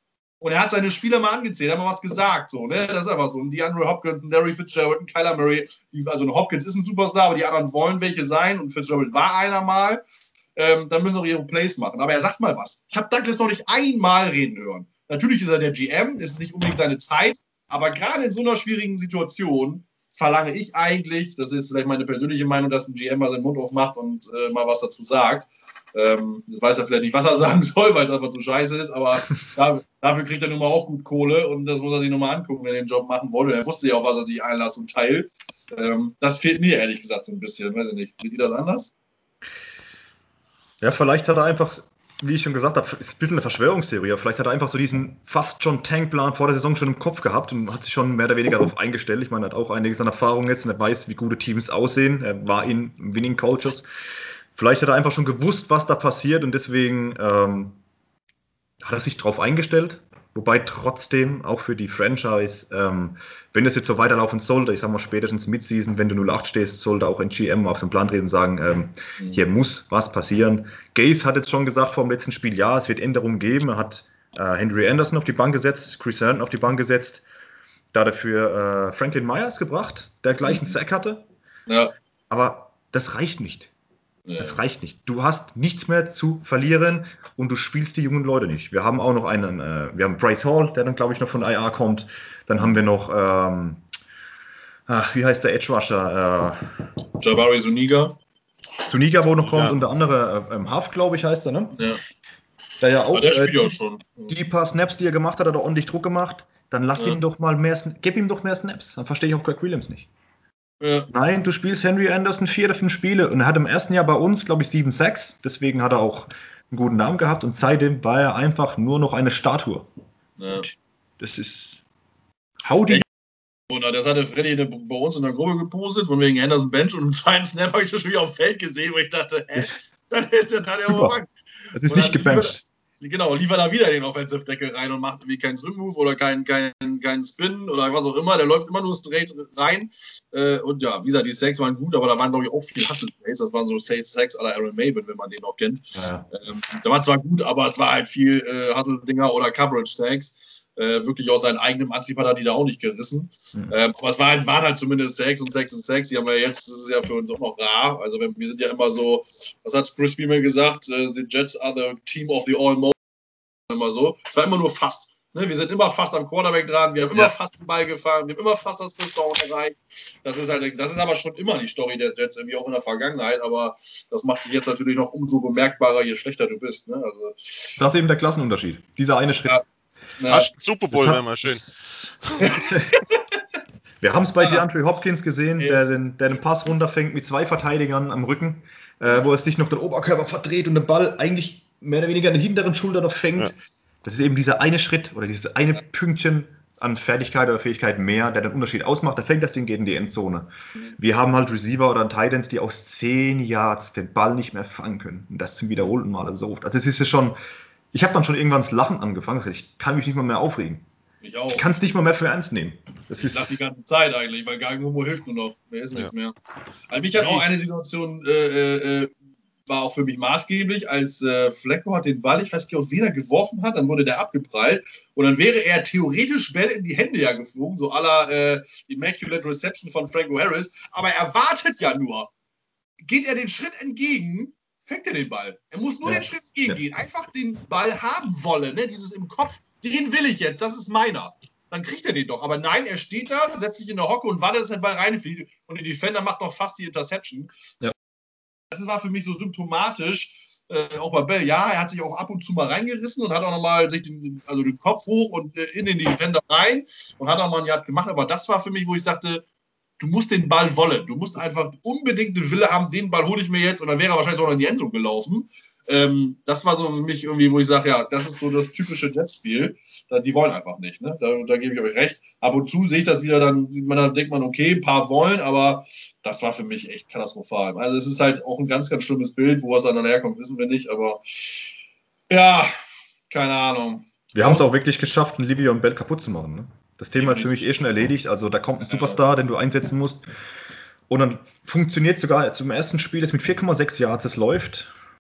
Und er hat seine Spieler mal angezählt, hat mal was gesagt, so, ne? Das ist einfach so. Und die DeAndre Hopkins, Larry Fitzgerald und Kyler Murray, also Hopkins ist ein Superstar, aber die anderen wollen welche sein und Fitzgerald war einer mal. Dann müssen auch ihre Plays machen. Aber er sagt mal was. Ich habe Douglas noch nicht einmal reden hören. Natürlich ist er der GM, ist nicht unbedingt seine Zeit, aber gerade in so einer schwierigen Situation verlange ich eigentlich, das ist vielleicht meine persönliche Meinung, dass ein GM mal seinen Mund aufmacht und mal was dazu sagt. Das weiß er vielleicht nicht, was er sagen soll, weil es einfach so scheiße ist, aber dafür kriegt er nun mal auch gut Kohle und das muss er sich nochmal angucken, wenn er den Job machen wollte. Er wusste ja auch, was er sich einlässt und teilt. Das fehlt mir ehrlich gesagt so ein bisschen. Weiß ich nicht. Seht ihr das anders? Ja, vielleicht hat er einfach, wie ich schon gesagt habe, ist ein bisschen eine Verschwörungstheorie. Vielleicht hat er einfach so diesen fast schon Tankplan vor der Saison schon im Kopf gehabt und hat sich schon mehr oder weniger darauf eingestellt. Ich meine, er hat auch einiges an Erfahrung jetzt und er weiß, wie gute Teams aussehen. Er war in Winning Cultures. Vielleicht hat er einfach schon gewusst, was da passiert und deswegen hat er sich darauf eingestellt. Wobei trotzdem auch für die Franchise, wenn das jetzt so weiterlaufen sollte, ich sag mal spätestens Midseason, wenn du 0-8 stehst, sollte auch ein GM auf den Plan treten und sagen, hier muss was passieren. Gase hat jetzt schon gesagt vor dem letzten Spiel, ja, es wird Änderungen geben. Er hat Henry Anderson auf die Bank gesetzt, Chris Herndon auf die Bank gesetzt, da dafür Franklin Myers gebracht, der gleich einen Sack hatte. Ja. Aber das reicht nicht. Ja. Das reicht nicht. Du hast nichts mehr zu verlieren und du spielst die jungen Leute nicht. Wir haben auch noch wir haben Bryce Hall, der dann, glaube ich, noch von IR kommt. Dann haben wir noch, wie heißt der Edge Rusher? Jabari Zuniga. Zuniga, wo noch kommt, und der andere, Huff, glaube ich, heißt er, ne? Ja. Der ja auch, der spielt ja schon. die paar Snaps, die er gemacht hat, hat er ordentlich Druck gemacht. Dann lass ihm doch mal gib ihm doch mehr Snaps. Dann verstehe ich auch Greg Williams nicht. Ja. Nein, du spielst Henry Anderson 4 oder 5 Spiele und er hat im ersten Jahr bei uns, glaube ich, 7 Sacks. Deswegen hat er auch einen guten Namen gehabt und seitdem war er einfach nur noch eine Statue. Ja. Das ist. Hau die. Das hatte Freddy bei uns in der Gruppe gepostet, von wegen Anderson Bench und im zweiten Snap habe ich das schon wieder auf dem Feld gesehen, wo ich dachte, dann ist der Tadeo Super. Es ist nicht gebencht. Genau, liefert er wieder den Offensive-Deckel rein und macht irgendwie keinen Swing-Move oder keinen Spin oder was auch immer. Der läuft immer nur straight rein. Und ja, wie gesagt, die Sacks waren gut, aber da waren, glaube ich, auch viel Hustle-Plays. Das waren so Sacks à la Aaron Maven, wenn man den noch kennt. Ja. Der war zwar gut, aber es war halt viel Hustle-Dinger oder Coverage-Sacks. Wirklich aus seinem eigenen Antrieb hat er die da auch nicht gerissen. Aber es waren halt zumindest Sacks und Sacks und Sacks. Die haben wir jetzt, das ist ja für uns auch noch rar. Also wir sind ja immer so, was hat Chris Beamer gesagt? The Jets are the team of the all-most. Immer so. Es war immer nur fast. Ne? Wir sind immer fast am Quarterback dran, wir haben immer fast den Ball gefahren, wir haben immer fast das First Down erreicht. Das ist aber schon immer die Story der Jets, irgendwie auch in der Vergangenheit, aber das macht sich jetzt natürlich noch umso bemerkbarer, je schlechter du bist. Ne? Also, das ist eben der Klassenunterschied. Dieser eine Schritt. Ja. Super Bowl wäre mal schön. Wir haben es bei DeAndre Hopkins gesehen, der den Pass runterfängt mit 2 Verteidigern am Rücken, wo er sich noch den Oberkörper verdreht und den Ball eigentlich mehr oder weniger an der hinteren Schulter noch fängt. Ja. Das ist eben dieser eine Schritt oder dieses eine Pünktchen an Fertigkeit oder Fähigkeit mehr, der den Unterschied ausmacht. Der fängt das Ding, geht in die Endzone. Wir haben halt Receiver oder Titans, die aus 10 Yards den Ball nicht mehr fangen können. Und das zum wiederholten Male so oft. Also es ist ja schon, ich habe dann schon irgendwann das Lachen angefangen. Ich kann mich nicht mal mehr aufregen. Ich kann es nicht mal mehr für ernst nehmen. Ich lache die ganze Zeit eigentlich, weil Geigenhumor hilft nur noch. Mir ist nichts mehr. Also mich hat auch eine Situation war auch für mich maßgeblich, als Flacco hat den Ball, ich weiß nicht, aus wen er geworfen hat, dann wurde der abgeprallt und dann wäre er theoretisch well in die Hände ja geflogen, so à la Immaculate Reception von Franco Harris, aber er wartet ja nur. Geht er den Schritt entgegen, fängt er den Ball. Er muss nur den Schritt entgegengehen, einfach den Ball haben wollen, ne? Dieses im Kopf, den will ich jetzt, das ist meiner. Dann kriegt er den doch. Aber nein, er steht da, setzt sich in der Hocke und wartet, dass der Ball reinfliegt und der Defender macht noch fast die Interception. Ja. Das war für mich so symptomatisch, auch bei Bell. Ja, er hat sich auch ab und zu mal reingerissen und hat auch nochmal sich den Kopf hoch und in den Defender rein und hat auch mal ein Yard gemacht. Aber das war für mich, wo ich sagte, du musst den Ball wollen. Du musst einfach unbedingt den Wille haben, den Ball hole ich mir jetzt und dann wäre er wahrscheinlich auch noch in die Endzone gelaufen. Das war so für mich irgendwie, wo ich sage, ja, das ist so das typische Jets-Spiel. Die wollen einfach nicht. Ne? Da gebe ich euch recht. Ab und zu sehe ich das wieder, dann denkt man, okay, ein paar wollen, aber das war für mich echt katastrophal. Also es ist halt auch ein ganz, ganz schlimmes Bild. Wo es dann herkommt, wissen wir nicht, aber ja, keine Ahnung. Wir haben es auch wirklich geschafft, einen Livia und Bell kaputt zu machen. Ne? Das Thema ist für mich schon erledigt. Also da kommt ein Superstar, den du einsetzen musst. Und dann funktioniert sogar zum ersten Spiel jetzt mit 4,6 Yards, es läuft.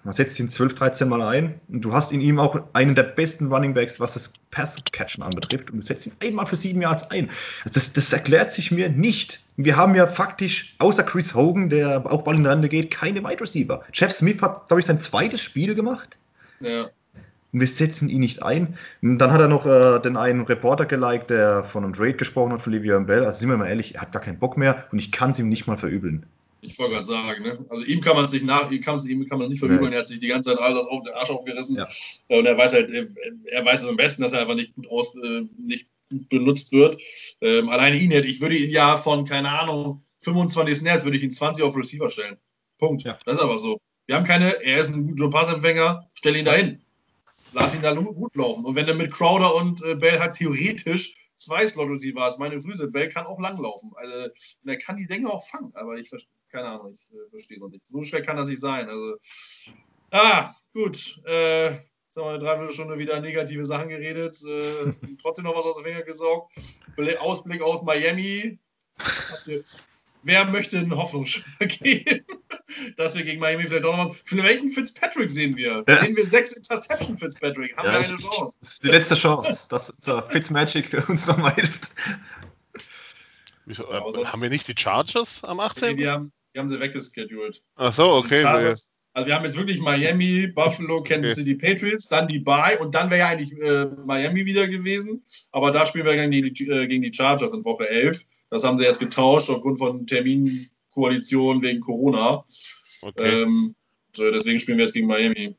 Man setzt ihn 12, 13 Mal ein und du hast in ihm auch einen der besten Running Backs, was das Pass-Catchen anbetrifft, und du setzt ihn einmal für 7 Yards ein. Das erklärt sich mir nicht. Wir haben ja faktisch, außer Chris Hogan, der auch Ball in die Rande geht, keine Wide Receiver. Jeff Smith hat, glaube ich, sein zweites Spiel gemacht. Ja. Und wir setzen ihn nicht ein. Und dann hat er noch den einen Reporter geliked, der von einem Trade gesprochen hat, von Le'Veon Bell. Also sind wir mal ehrlich, er hat gar keinen Bock mehr und ich kann es ihm nicht mal verübeln. Ich wollte gerade sagen, ne? Also ihm kann man es nicht verübeln. Nee. Er hat sich die ganze Zeit alles auf den Arsch aufgerissen. Ja. Und er weiß halt, er weiß es am besten, dass er einfach nicht nicht gut benutzt wird. Alleine ich würde ihn ja von, keine Ahnung, 25 Snaps, würde ich ihn 20 auf Receiver stellen. Punkt. Ja. Das ist aber so. Wir haben er ist ein guter Passempfänger, stell ihn dahin. Lass ihn da gut laufen. Und wenn er mit Crowder und Bell halt theoretisch 2 Slot-Receiver hast, meine Früse, Bell kann auch langlaufen. Also, er kann die Dinge auch fangen, aber ich verstehe, keine Ahnung, ich verstehe es noch nicht. So schlecht kann das nicht sein. Also, gut. Jetzt haben wir eine Dreiviertelstunde wieder negative Sachen geredet. Trotzdem noch was aus der Finger gesaugt. Ausblick auf Miami. Wer möchte einen Hoffnungsschimmer geben, dass wir gegen Miami vielleicht doch noch was. Für welchen Fitzpatrick sehen wir? Ja. Sehen wir 6 Interception Fitzpatrick? Haben wir eine Chance? Das ist die letzte Chance, dass Fitzmagic uns nochmal hilft. Wieso, Ja, haben wir nicht die Chargers am 18.? Nee, die haben sie weggeschedult. Ach so, okay. Also wir haben jetzt wirklich Miami, Buffalo, Kansas City Patriots, dann die Bye und dann wäre ja eigentlich Miami wieder gewesen. Aber da spielen wir gegen die Chargers in Woche 11. Das haben sie jetzt getauscht aufgrund von Terminkoalition wegen Corona. Okay. Deswegen spielen wir jetzt gegen Miami.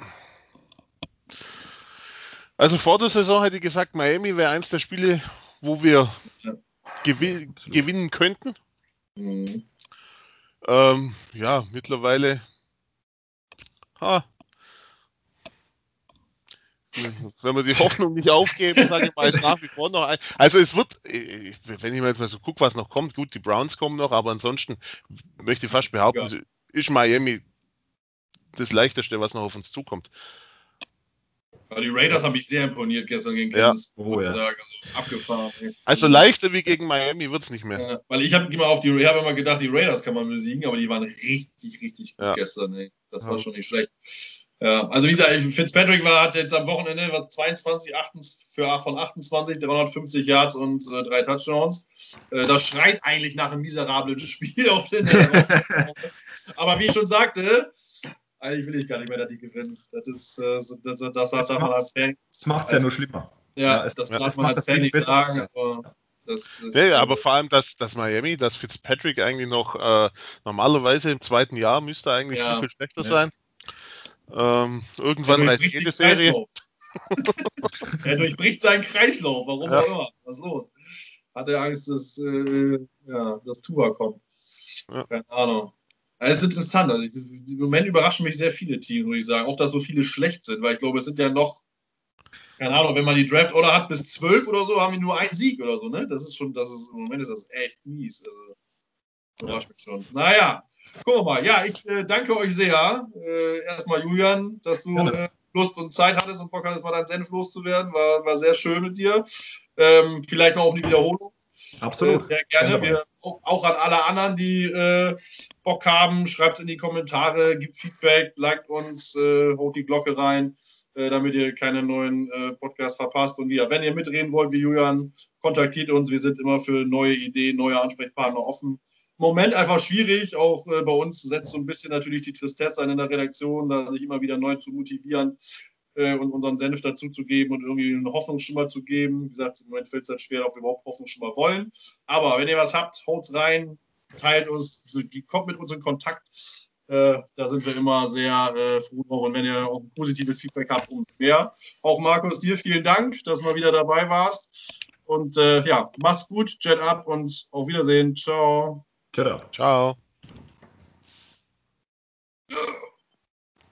Also vor der Saison hätte ich gesagt, Miami wäre eins der Spiele, wo wir gewinnen könnten. Mhm. Ja, mittlerweile. Wenn wir die Hoffnung nicht aufgeben, sage ich mal, ist nach wie vor noch ein. Also es wird, wenn ich mal jetzt mal so gucke, was noch kommt, gut, die Browns kommen noch, aber ansonsten möchte ich fast behaupten, ist Miami das Leichteste, was noch auf uns zukommt. Aber die Raiders haben mich sehr imponiert gestern gegen Ja. Kansas, würde ich sagen. Also abgefahren. Also leichter wie gegen Miami wird es nicht mehr. Weil ich habe immer gedacht, die Raiders kann man besiegen, aber die waren richtig, richtig gut gestern. Ey. Das war schon nicht schlecht. Ja, also wie gesagt, Fitzpatrick hat jetzt am Wochenende 22 von 28, 350 Yards und 3 Touchdowns. Das schreit eigentlich nach einem miserablen Spiel auf den Aber wie ich schon sagte, eigentlich will ich gar nicht mehr, dass die gewinnen. Das darf man als Fan. Das macht es ja nur schlimmer. Ja, das darf man als Fan nicht sagen, aber das ist. Ja, aber vor allem, dass Miami, dass Fitzpatrick eigentlich noch normalerweise im zweiten Jahr müsste eigentlich viel schlechter sein. Irgendwann reißt jede Serie. Er durchbricht seinen Kreislauf, warum auch immer. Was ist los? Hat er Angst, dass das Tua kommt? Ja. Keine Ahnung. Es ist interessant. Also im Moment überraschen mich sehr viele Teams, würde ich sagen. Auch, dass so viele schlecht sind, weil ich glaube, es sind ja noch, keine Ahnung, wenn man die Draft-Order hat bis 12 oder so, haben wir nur einen Sieg oder so, ne? Im Moment ist das echt mies. Also, überrascht mich schon. Naja, gucken wir mal. Ja, ich danke euch sehr. Erstmal, Julian, dass du Lust und Zeit hattest und Bock hattest, mal deinen Senf loszuwerden. War sehr schön mit dir. Vielleicht noch auf eine Wiederholung. Absolut. Sehr gerne. Auch an alle anderen, die Bock haben, schreibt es in die Kommentare, gibt Feedback, liked uns, haut die Glocke rein, damit ihr keine neuen Podcasts verpasst. Und ja, wenn ihr mitreden wollt, wie Julian, kontaktiert uns. Wir sind immer für neue Ideen, neue Ansprechpartner offen. Im Moment einfach schwierig, auch bei uns setzt so ein bisschen natürlich die Tristesse ein in der Redaktion, da sich immer wieder neu zu motivieren und unseren Senf dazu zu geben und irgendwie einen Hoffnungsschimmer zu geben. Wie gesagt, im Moment fällt es halt schwer, ob wir überhaupt Hoffnungsschimmer wollen. Aber wenn ihr was habt, haut rein, teilt uns, kommt mit uns in Kontakt. Da sind wir immer sehr froh drauf. Und wenn ihr auch ein positives Feedback habt, umso mehr. Auch Markus, dir vielen Dank, dass du mal wieder dabei warst. Und mach's gut, Jet up und auf Wiedersehen. Ciao. Jet up. Ciao.